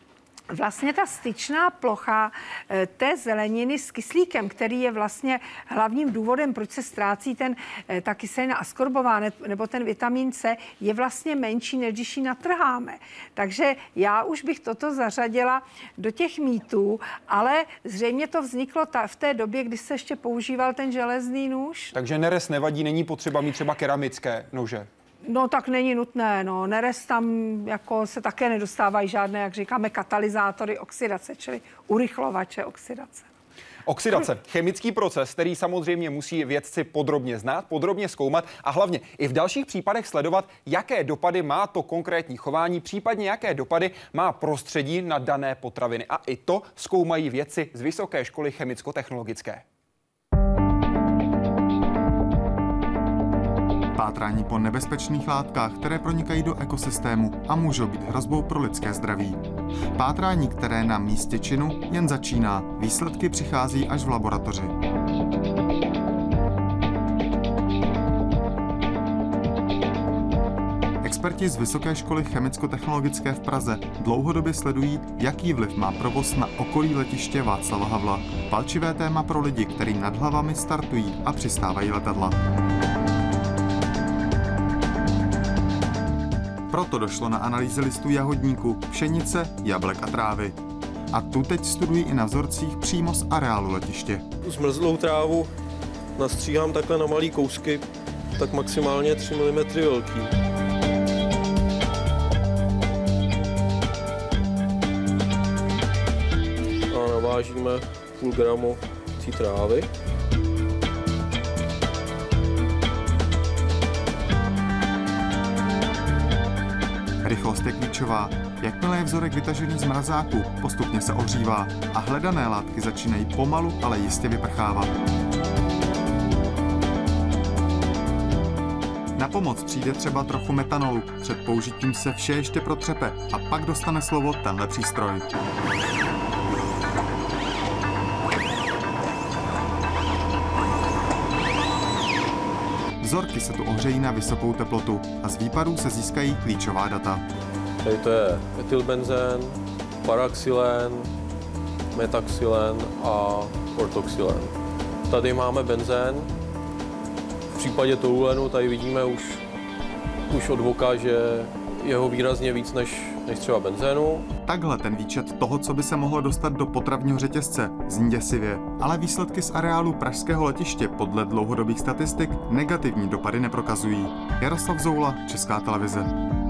vlastně ta styčná plocha té zeleniny s kyslíkem, který je vlastně hlavním důvodem, proč se ztrácí ten, ta kyselina askorbová nebo ten vitamin C, je vlastně menší, než když ji natrháme. Takže já už bych toto zařadila do těch mýtů, ale zřejmě to vzniklo ta, v té době, kdy se ještě používal ten železný nůž. Takže nerez nevadí, není potřeba mít třeba keramické nože. No tak není nutné, no. Nerez tam jako se také nedostávají žádné, jak říkáme, katalyzátory oxidace, čili urychlovače oxidace. Oxidace, chemický proces, který samozřejmě musí vědci podrobně znát, podrobně zkoumat a hlavně i v dalších případech sledovat, jaké dopady má to konkrétní chování, případně jaké dopady má prostředí na dané potraviny. A i to zkoumají vědci z Vysoké školy chemicko-technologické. Pátrání po nebezpečných látkách, které pronikají do ekosystému a můžou být hrozbou pro lidské zdraví. Pátrání, které na místě činu jen začíná, výsledky přichází až v laboratoři. Experti z Vysoké školy chemicko-technologické v Praze dlouhodobě sledují, jaký vliv má provoz na okolí letiště Václava Havla. Palčivé téma pro lidi, kterým nad hlavami startují a přistávají letadla. Proto došlo na analýzy listů jahodníku, pšenice, jablek a trávy. A tu teď studují i na vzorcích přímo z areálu letiště. Zmrzlou trávu nastříhám takhle na malý kousky, tak maximálně tři milimetry velký. A navážíme půl gramu té trávy. Rychlost je klíčová. Jakmile je vzorek vytažený z mrazáku, postupně se ohřívá a hledané látky začínají pomalu, ale jistě vyprchávat. Na pomoc přijde třeba trochu metanolu. Před použitím se vše ještě protřepe a pak dostane slovo tenhle přístroj. Vzorky se tu ohřejí na vysokou teplotu a z výparů se získají klíčová data. Tady to je etylbenzén, paraxylen, metaxylen a ortoxylen. Tady máme benzén. V případě toulenu tady vidíme už, už od voka, že je ho výrazně víc než, než třeba benzénu. Takhle ten výčet toho, co by se mohlo dostat do potravního řetězce, zní děsivě, ale výsledky z areálu pražského letiště podle dlouhodobých statistik negativní dopady neprokazují. Jaroslav Zoula, Česká televize.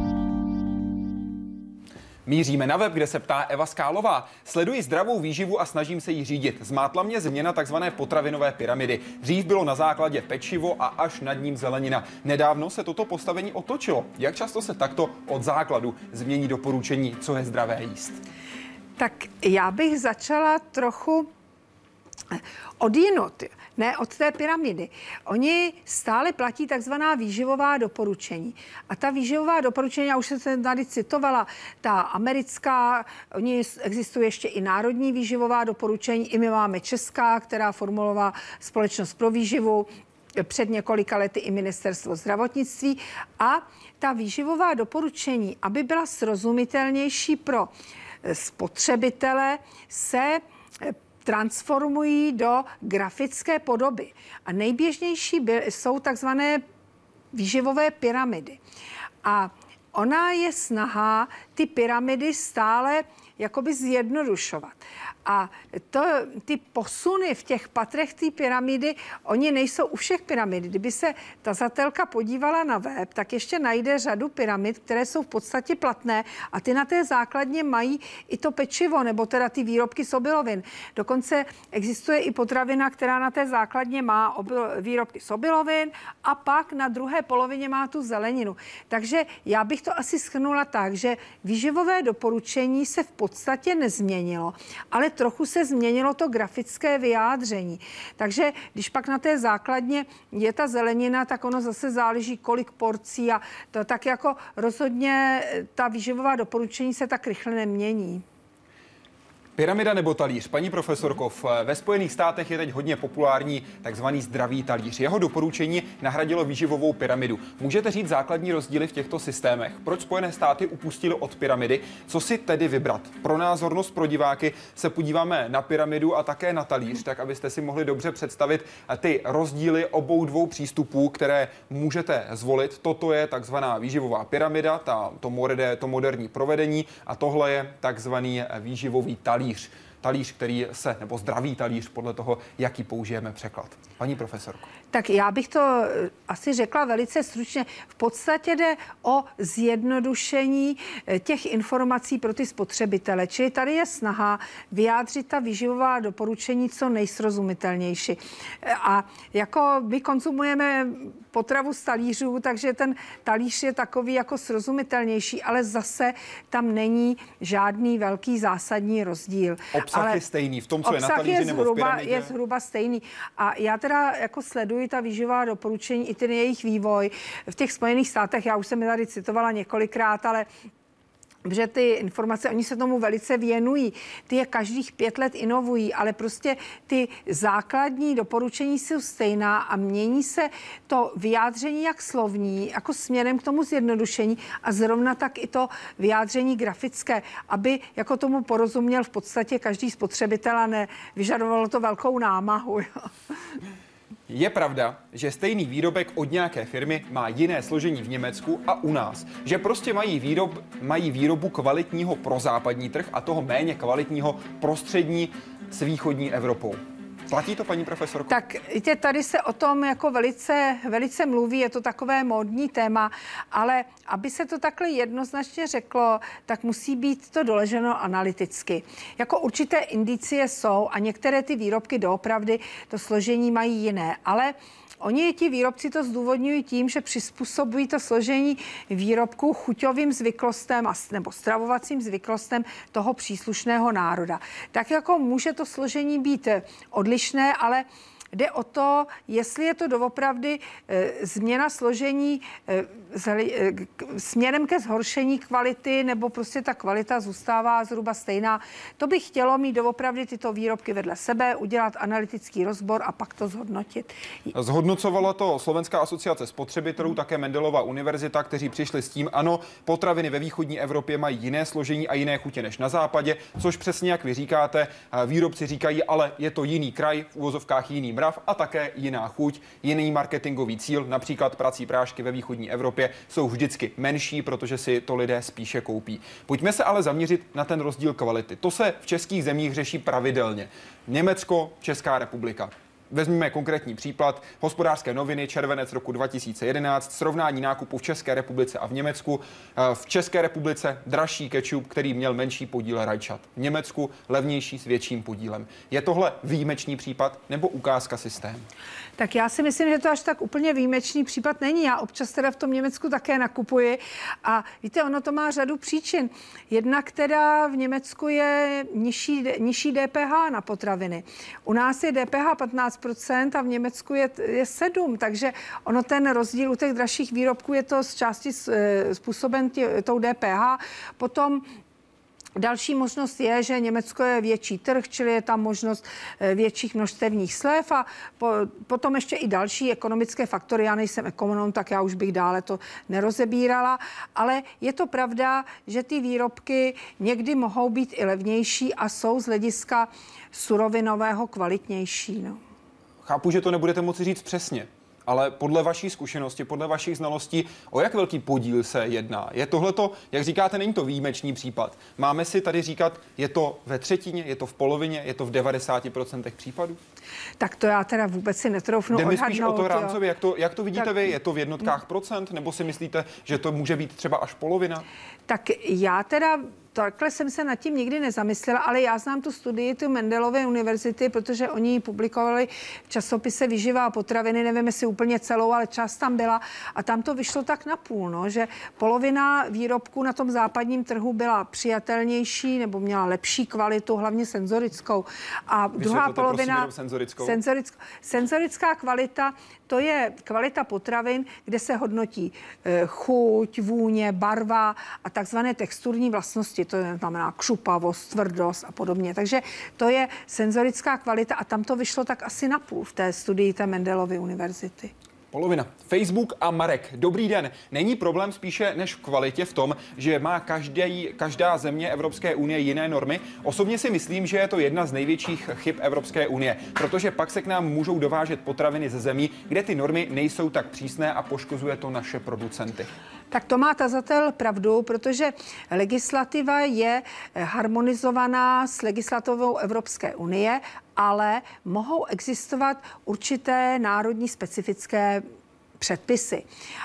Míříme na web, kde se ptá Eva Skálová. Sleduji zdravou výživu a snažím se jí řídit. Zmátla mě změna takzvané potravinové pyramidy. Dřív bylo na základě pečivo a až nad ním zelenina. Nedávno se toto postavení otočilo. Jak často se takto od základu změní doporučení, co je zdravé jíst? Tak já bych začala trochu odjinud, ne od té pyramidy. Oni stále platí takzvaná výživová doporučení. A ta výživová doporučení, já už jsem tady citovala, ta americká, oni existuje ještě i národní výživová doporučení, i my máme česká, která formulovala Společnost pro výživu, před několika lety i ministerstvo zdravotnictví. A ta výživová doporučení, aby byla srozumitelnější pro spotřebitele, se transformují do grafické podoby. A nejběžnější jsou takzvané výživové pyramidy. A ona je snaha ty pyramidy stále jakoby zjednodušovat. A to, ty posuny v těch patrech té pyramidy, oni nejsou u všech pyramid. Kdyby se tazatelka podívala na web, tak ještě najde řadu pyramid, které jsou v podstatě platné a ty na té základně mají i to pečivo, nebo teda ty výrobky z obilovin. Dokonce existuje i potravina, která na té základně má obil, výrobky z obilovin a pak na druhé polovině má tu zeleninu. Takže já bych to asi shrnula tak, že výživové doporučení se v podstatě nezměnilo, ale trochu se změnilo to grafické vyjádření. Takže když pak na té základně je ta zelenina, tak ono zase záleží, kolik porcí a to tak jako rozhodně ta výživová doporučení se tak rychle nemění. Pyramida nebo talíř? Paní profesorko, ve Spojených státech je teď hodně populární takzvaný zdravý talíř. Jeho doporučení nahradilo výživovou pyramidu. Můžete říct základní rozdíly v těchto systémech? Proč Spojené státy upustily od pyramidy? Co si tedy vybrat? Pro názornost pro diváky se podíváme na pyramidu a také na talíř, tak abyste si mohli dobře představit ty rozdíly obou dvou přístupů, které můžete zvolit. Toto je takzvaná výživová pyramida, ta, to, moderne, to moderní provedení, a tohle je takzvaný výživový talíř. Talíř, který se, nebo zdravý talíř, podle toho, jaký použijeme překlad. Paní profesorko. Tak já bych to asi řekla velice stručně. V podstatě jde o zjednodušení těch informací pro ty spotřebitele. Čili tady je snaha vyjádřit ta výživová doporučení co nejsrozumitelnější. A jako my konzumujeme potravu z talířů, takže ten talíř je takový jako srozumitelnější, ale zase tam není žádný velký zásadní rozdíl. Obsah ale je stejný v tom, co je na talíři je nebo v zhruba, pyramidě? je zhruba stejný. A já teda jako sleduji ta výživová doporučení i ten jejich vývoj v těch Spojených státech. Já už jsem je tady citovala několikrát, ale že ty informace, oni se tomu velice věnují. Ty je každých pět let inovují, ale prostě ty základní doporučení jsou stejná a mění se to vyjádření jak slovní, jako směrem k tomu zjednodušení a zrovna tak i to vyjádření grafické, aby jako tomu porozuměl v podstatě každý spotřebitel a nevyžadovalo to velkou námahu. Jo. Je pravda, že stejný výrobek od nějaké firmy má jiné složení v Německu a u nás. Že prostě mají, výrob, mají výrobu kvalitního pro západní trh a toho méně kvalitního pro střední s východní Evropou. Platí to, paní profesorko? Tak víte, tady se o tom jako velice, velice mluví, je to takové módní téma, ale aby se to takhle jednoznačně řeklo, tak musí být to doleženo analyticky. Jako určité indicie jsou a některé ty výrobky doopravdy to složení mají jiné, ale oni, ti výrobci, to zdůvodňují tím, že přizpůsobují to složení výrobku chuťovým zvyklostem nebo stravovacím zvyklostem toho příslušného národa. Tak jako může to složení být odlišné, ale jde o to, jestli je to doopravdy e, změna složení e, zli, e, k, směrem ke zhoršení kvality, nebo prostě ta kvalita zůstává zhruba stejná. To bych chtělo mít doopravdy tyto výrobky vedle sebe, udělat analytický rozbor a pak to zhodnotit. Zhodnocovala to Slovenská asociace spotřebitelů, také Mendelova univerzita, kteří přišli s tím, ano, potraviny ve východní Evropě mají jiné složení a jiné chutě než na západě, což přesně jak vy říkáte, výrobci říkají, ale je to jiný kraj, v uvozovkách jiný mrav a také jiná chuť, jiný marketingový cíl, například prací prášky ve východní Evropě jsou vždycky menší, protože si to lidé spíše koupí. Pojďme se ale zaměřit na ten rozdíl kvality. To se v českých zemích řeší pravidelně. Německo, Česká republika. Vezměme konkrétní příklad. Hospodářské noviny, červenec roku dva tisíce jedenáct, srovnání nákupu v České republice a v Německu. V České republice dražší kečup, který měl menší podíl rajčat. V Německu levnější s větším podílem. Je tohle výjimečný případ nebo ukázka systému? Tak já si myslím, že to až tak úplně výjimečný případ není. Já občas teda v tom Německu také nakupuji a víte, ono to má řadu příčin. Jedna, která v Německu je nižší, nižší D P H na potraviny. U nás je D P H patnáct procent a v Německu je, je sedm, takže ono ten rozdíl u těch dražších výrobků je to z části způsoben tě, tou D P H. Potom další možnost je, že Německo je větší trh, čili je tam možnost větších množstevních slev a po, potom ještě i další ekonomické faktory. Já nejsem ekonom, tak já už bych dále to nerozebírala, ale je to pravda, že ty výrobky někdy mohou být i levnější a jsou z hlediska surovinového kvalitnější. No. Chápu, že to nebudete moci říct přesně, ale podle vaší zkušenosti, podle vašich znalostí, o jak velký podíl se jedná? Je tohleto, jak říkáte, není to výjimečný případ. Máme si tady říkat, je to ve třetině, je to v polovině, je to v devadesáti procentech případů? Tak to já teda vůbec si netroufnu odhadnout. Jde mi spíš o to rámcově, jak to, jak to vidíte tak, vy? Je to v jednotkách procent, nebo si myslíte, že to může být třeba až polovina? Tak já teda takhle jsem se nad tím nikdy nezamyslela, ale já znám tu studii tu Mendelovy univerzity, protože oni ji publikovali v časopise Výživa a potraviny, nevím, jestli úplně celou, ale část tam byla a tam to vyšlo tak napůl, no, že polovina výrobků na tom západním trhu byla přijatelnější nebo měla lepší kvalitu, hlavně senzorickou. A druhá polovina senzorickou. Senzorickou. Senzorická kvalita, to je kvalita potravin, kde se hodnotí chuť, vůně, barva a takzvané texturní vlastnosti, to znamená křupavost, tvrdost a podobně. Takže to je senzorická kvalita a tam to vyšlo tak asi na půl v té studii té Mendelovy univerzity. Polovina. Facebook a Marek. Dobrý den. Není problém spíše než v kvalitě v tom, že má každý, každá země Evropské unie jiné normy? Osobně si myslím, že je to jedna z největších chyb Evropské unie, protože pak se k nám můžou dovážet potraviny ze zemí, kde ty normy nejsou tak přísné a poškozuje to naše producenty. Tak to má tazatel pravdu, protože legislativa je harmonizovaná s legislativou Evropské unie, ale mohou existovat určité národní specifické předpisy.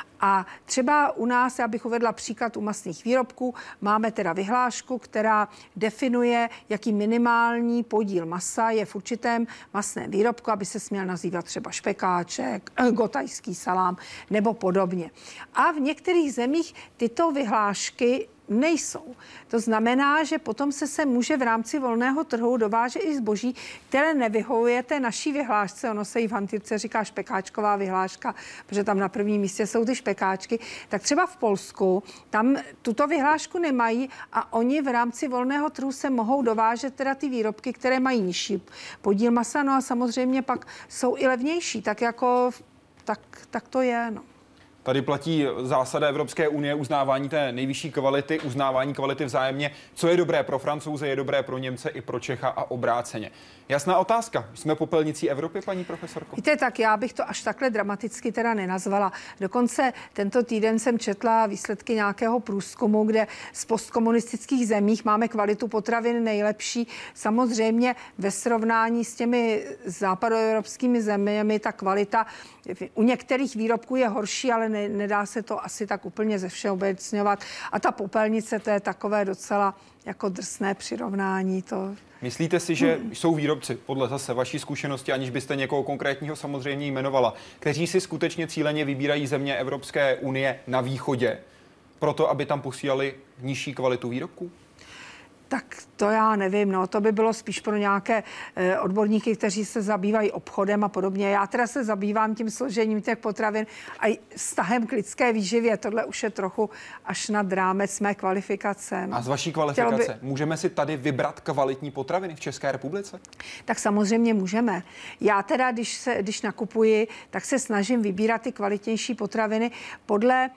A třeba u nás, já bych uvedla příklad u mastných výrobků, máme teda vyhlášku, která definuje, jaký minimální podíl masa je v určitém mastném výrobku, aby se směl nazývat třeba špekáček, gotajský salám nebo podobně. A v některých zemích tyto vyhlášky nejsou. To znamená, že potom se se může v rámci volného trhu dovážet i zboží, které nevyhovuje té naší vyhlášce. Ono se jí v hantýrce říká špekáčková vyhláška, protože tam na prvním místě jsou ty špekáčky. Tak třeba v Polsku tam tuto vyhlášku nemají a oni v rámci volného trhu se mohou dovážet teda ty výrobky, které mají nižší podíl masa, no a samozřejmě pak jsou i levnější, tak jako tak, tak to je, no. Tady platí zásada Evropské unie uznávání té nejvyšší kvality, uznávání kvality vzájemně. Co je dobré pro Francouze, je dobré pro Němce i pro Čecha a obráceně. Jasná otázka. Jsme popelnicí Evropy, paní profesorko? Víte, tak já bych to až takhle dramaticky teda nenazvala. Dokonce tento týden jsem četla výsledky nějakého průzkumu, kde z postkomunistických zemích máme kvalitu potravin nejlepší. Samozřejmě ve srovnání s těmi západoevropskými zeměmi ta kvalita u některých výrobků je horší, ale ne, nedá se to asi tak úplně ze všeobecňovat. A ta popelnice, to je takové docela jako drsné přirovnání. To... Myslíte si, že jsou výrobci, podle zase vaší zkušenosti, aniž byste někoho konkrétního samozřejmě jmenovala, kteří si skutečně cíleně vybírají země Evropské unie na východě, proto aby tam posílali nižší kvalitu výrobků? Tak to já nevím, no, to by bylo spíš pro nějaké e, odborníky, kteří se zabývají obchodem a podobně. Já teda se zabývám tím složením těch potravin a vztahem k lidské výživě. Tohle už je trochu až nad rámec mé kvalifikace. A z vaší kvalifikace by... můžeme si tady vybrat kvalitní potraviny v České republice? Tak samozřejmě můžeme. Já teda, když, se, když nakupuji, tak se snažím vybírat ty kvalitnější potraviny podle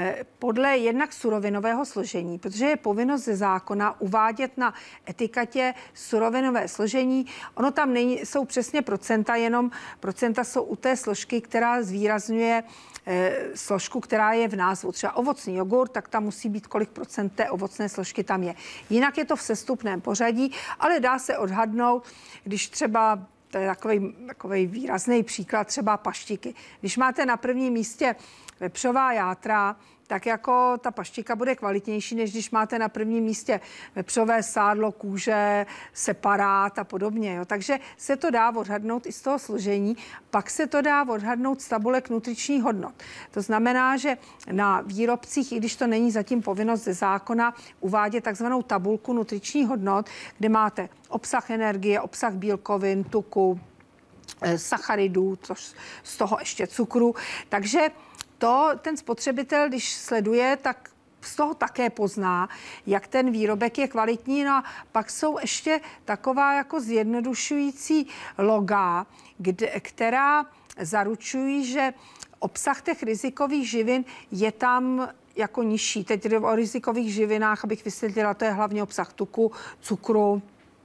podle jednak surovinového složení, protože je povinnost ze zákona uvádět na etiketě surovinové složení. Ono tam není, jsou přesně procenta, jenom procenta jsou u té složky, která zvýrazňuje e, složku, která je v názvu. Třeba ovocný jogurt, tak tam musí být, kolik procent té ovocné složky tam je. Jinak je to v sestupném pořadí, ale dá se odhadnout, když třeba to je takový, takový výrazný příklad, třeba paštiky. Když máte na prvním místě vepřová játra, tak jako ta paštika bude kvalitnější, než když máte na prvním místě vepřové sádlo, kůže, separát a podobně. Jo. Takže se to dá odhadnout i z toho složení, pak se to dá odhadnout z tabulek nutričních hodnot. To znamená, že na výrobcích, i když to není zatím povinnost ze zákona, uvádět takzvanou tabulku nutričních hodnot, kde máte obsah energie, obsah bílkovin, tuku, sacharidů, což z toho ještě cukru. Takže to ten spotřebitel, když sleduje, tak z toho také pozná, jak ten výrobek je kvalitní. No a pak jsou ještě taková jako zjednodušující loga, kde, která zaručují, že obsah těch rizikových živin je tam jako nižší. Teď o rizikových živinách, abych vysvětlila, to je hlavně obsah tuku, cukru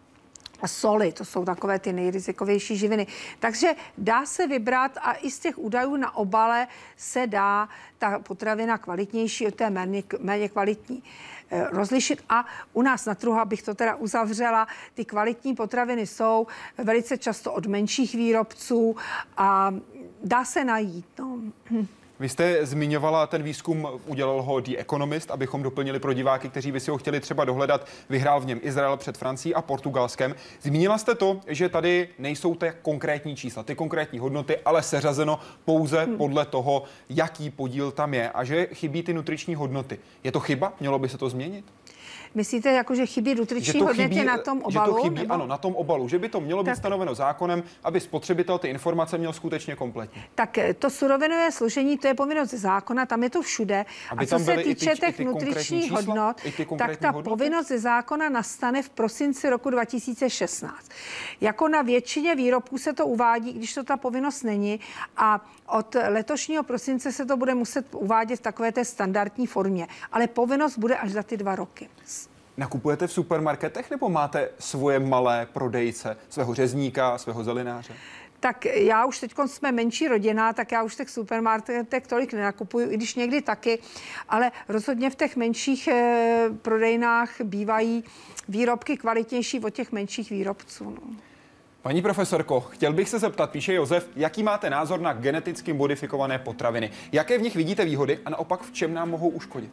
a soli, to jsou takové ty nejrizikovější živiny. Takže dá se vybrat a i z těch údajů na obale se dá ta potravina kvalitnější od té méně, méně kvalitní e, rozlišit. A u nás na trhu, abych to teda uzavřela, ty kvalitní potraviny jsou velice často od menších výrobců a dá se najít. No. Vy jste zmiňovala ten výzkum, udělal ho The Economist, abychom doplnili pro diváky, kteří by si ho chtěli třeba dohledat. Vyhrál v něm Izrael před Francií a Portugalskem. Zmínila jste to, že tady nejsou ty konkrétní čísla, ty konkrétní hodnoty, ale seřazeno pouze hmm. podle toho, jaký podíl tam je a že chybí ty nutriční hodnoty. Je to chyba? Mělo by se to změnit? Myslíte, jako, že chybí nutriční hodnoty chybí, na tom obalu? Že to chybí, nebo? ano, na tom obalu. Že by to mělo tak být stanoveno zákonem, aby spotřebitel ty informace měl skutečně kompletní. Tak to surovinové složení, to je povinnost zákona, tam je to všude. Aby a co se týče ty, těch nutričních čísla, hodnot, tak ta hodnoty? Povinnost ze zákona nastane v prosinci roku dva tisíce šestnáct. Jako na většině výrobků se to uvádí, když to ta povinnost není, a od letošního prosince se to bude muset uvádět v takové té standardní formě. Ale povinnost bude až za ty dva roky. Nakupujete v supermarketech nebo máte svoje malé prodejce, svého řezníka, svého zelináře? Tak já už teď jsme menší rodina, tak já už v těch supermarketech tolik nenakupuju, i když někdy taky, ale rozhodně v těch menších eh, prodejnách bývají výrobky kvalitnější od těch menších výrobců. No. Paní profesorko, chtěl bych se zeptat, píše Josef, jaký máte názor na geneticky modifikované potraviny? Jaké v nich vidíte výhody a naopak v čem nám mohou uškodit?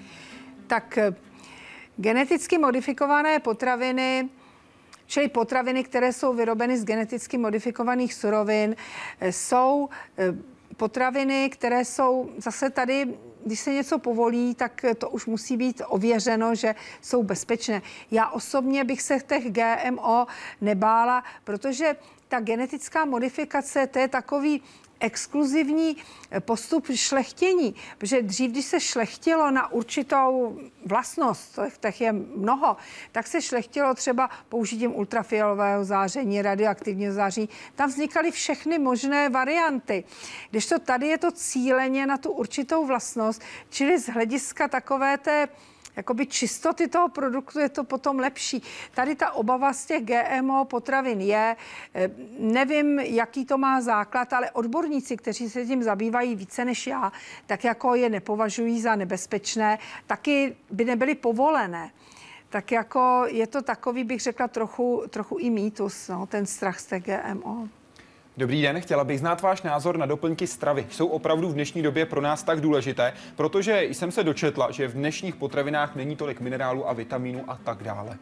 Tak geneticky modifikované potraviny, čili potraviny, které jsou vyrobeny z geneticky modifikovaných surovin, jsou potraviny, které jsou zase tady, když se něco povolí, tak to už musí být ověřeno, že jsou bezpečné. Já osobně bych se těch G M O nebála, protože ta genetická modifikace, to je takový exkluzivní postup šlechtění, protože dřív, když se šlechtilo na určitou vlastnost, těch je mnoho, tak se šlechtilo třeba použitím ultrafialového záření, radioaktivního záření. Tam vznikaly všechny možné varianty. Kdežto tady je to cíleně na tu určitou vlastnost, čili z hlediska takové té jakoby čistoty toho produktu je to potom lepší. Tady ta obava z těch G M O potravin je, nevím, jaký to má základ, ale odborníci, kteří se tím zabývají více než já, tak jako je nepovažují za nebezpečné, taky by nebyly povolené. Tak jako je to takový, bych řekla, trochu, trochu i mýtus, no, ten strach z těch G M O. Dobrý den, chtěla bych znát váš názor na doplňky stravy. Jsou opravdu v dnešní době pro nás tak důležité, protože jsem se dočetla, že v dnešních potravinách není tolik minerálů a vitamínů a tak dále.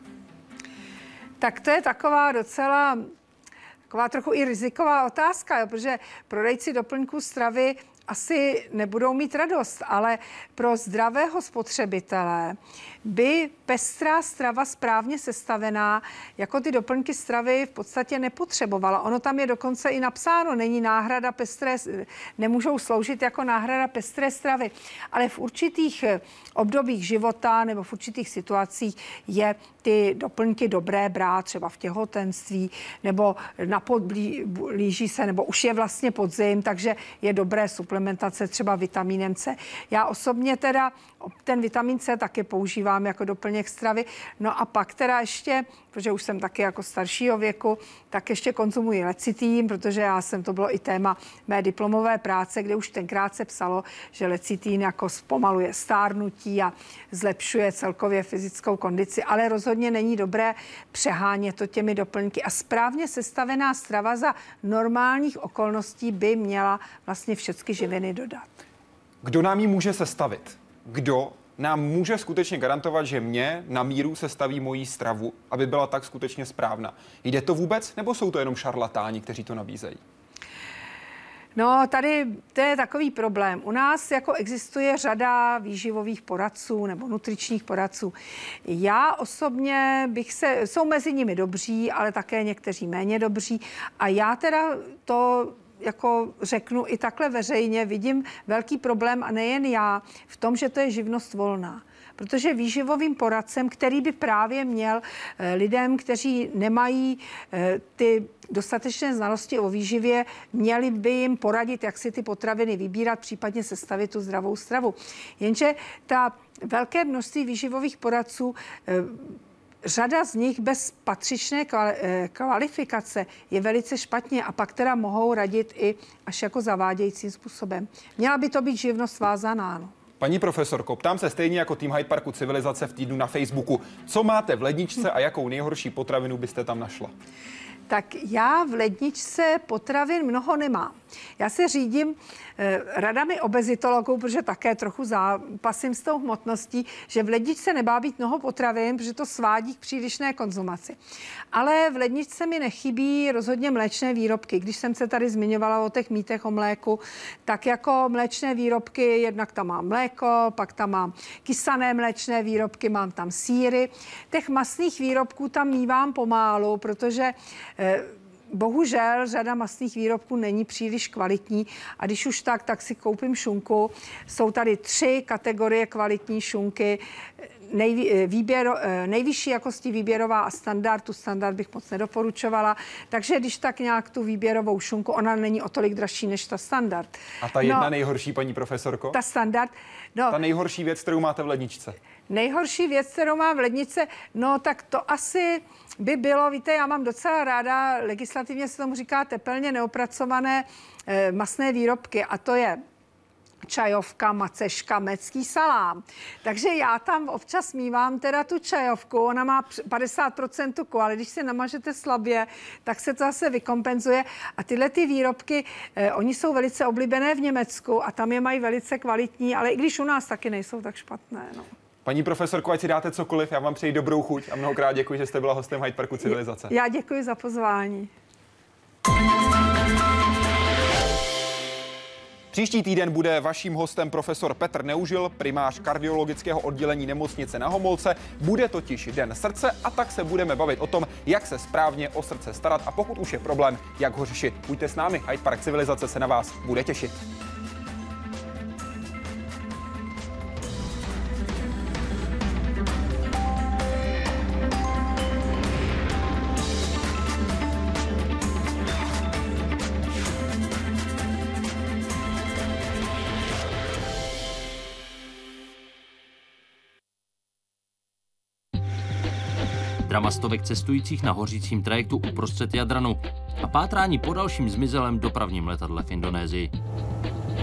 Tak to je taková docela, taková trochu i riziková otázka, jo, protože prodejci doplňků stravy asi nebudou mít radost, ale pro zdravého spotřebitele by pestrá strava správně sestavená, jako ty doplňky stravy v podstatě nepotřebovala. Ono tam je dokonce i napsáno, není náhrada pestré, nemůžou sloužit jako náhrada pestré stravy, ale v určitých obdobích života nebo v určitých situacích je ty doplňky dobré brát, třeba v těhotenství, nebo blíží se, nebo už je vlastně podzim, takže je dobré suplementace třeba vitamínem C. Já osobně teda ten vitamin C taky používám jako doplněk stravy. No a pak teda ještě, protože už jsem taky jako staršího věku, tak ještě konzumuji lecitin, protože já jsem, to bylo i téma mé diplomové práce, kde už tenkrát se psalo, že lecitin jako zpomaluje stárnutí a zlepšuje celkově fyzickou kondici, ale rozhodně není dobré přehánět to těmi doplňky. A správně sestavená strava za normálních okolností by měla vlastně všechny živiny dodat. Kdo nám ji může sestavit? Kdo nám může skutečně garantovat, že mě na míru sestaví moji stravu, aby byla tak skutečně správná? Jde to vůbec, nebo jsou to jenom šarlatáni, kteří to nabízejí? No, tady to je takový problém. U nás jako existuje řada výživových poradců nebo nutričních poradců. Já osobně bych se, jsou mezi nimi dobří, ale také někteří méně dobří. A já teda to jako řeknu i takhle veřejně, vidím velký problém a nejen já v tom, že to je živnost volná. Protože výživovým poradcem, který by právě měl lidem, kteří nemají ty dostatečné znalosti o výživě, měli by jim poradit, jak si ty potraviny vybírat, případně sestavit tu zdravou stravu. Jenže ta velké množství výživových poradců, řada z nich bez patřičné kvalifikace je velice špatně a pak teda mohou radit i až jako zavádějícím způsobem. Měla by to být živnost vázaná, no. Paní profesorko, ptám se stejně jako tým Hyde Parku Civilizace v týdnu na Facebooku. Co máte v ledničce a jakou nejhorší potravinu byste tam našla? Tak já v ledničce potravin mnoho nemám. Já se řídím eh, radami obezitologů, protože také trochu zápasím s tou hmotností, že v ledničce nemá být mnoho potravin, protože to svádí k přílišné konzumaci. Ale v ledničce mi nechybí rozhodně mléčné výrobky. Když jsem se tady zmiňovala o těch mýtech o mléku, tak jako mléčné výrobky, jednak tam mám mléko, pak tam mám kysané mléčné výrobky, mám tam sýry. Těch masných výrobků tam mívám pomálu, protože eh, bohužel řada masných výrobků není příliš kvalitní a když už tak, tak si koupím šunku. Jsou tady tři kategorie kvalitní šunky. Nejvý, výběro, nejvyšší jakosti výběrová a standard, tu standard bych moc nedoporučovala, takže když tak nějak tu výběrovou šunku, ona není o tolik dražší než ta standard. A ta jedna no, nejhorší, paní profesorko? Ta standard, no. Ta nejhorší věc, kterou máte v ledničce? Nejhorší věc, kterou mám v ledničce, no tak to asi by bylo, víte, já mám docela ráda, legislativně se tomu říká tepelně neopracované e, masné výrobky a to je čajovka, maceška, mecký salám. Takže já tam občas mívám teda tu čajovku, ona má padesát procent tuku, ale když si namažete slabě, tak se to zase vykompenzuje. A tyhle ty výrobky, eh, oni jsou velice oblíbené v Německu a tam je mají velice kvalitní, ale i když u nás taky nejsou tak špatné. No. Paní profesorko, ať si dáte cokoliv, já vám přeji dobrou chuť a mnohokrát děkuji, že jste byla hostem Hyde Parku Civilizace. Já děkuji za pozvání. Příští týden bude vaším hostem profesor Petr Neužil, primář kardiologického oddělení nemocnice na Homolce. Bude totiž Den srdce a tak se budeme bavit o tom, jak se správně o srdce starat a pokud už je problém, jak ho řešit. Buďte s námi, Hyde Park Civilizace se na vás bude těšit. Drama stovek cestujících na hořícím trajektu uprostřed Jadranu a pátrání po dalším zmizelém dopravním letadle v Indonésii.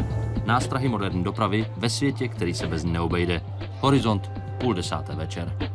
Nástrahy moderní dopravy ve světě, který se bez ní neobejde. Horizont, půl desáté večer.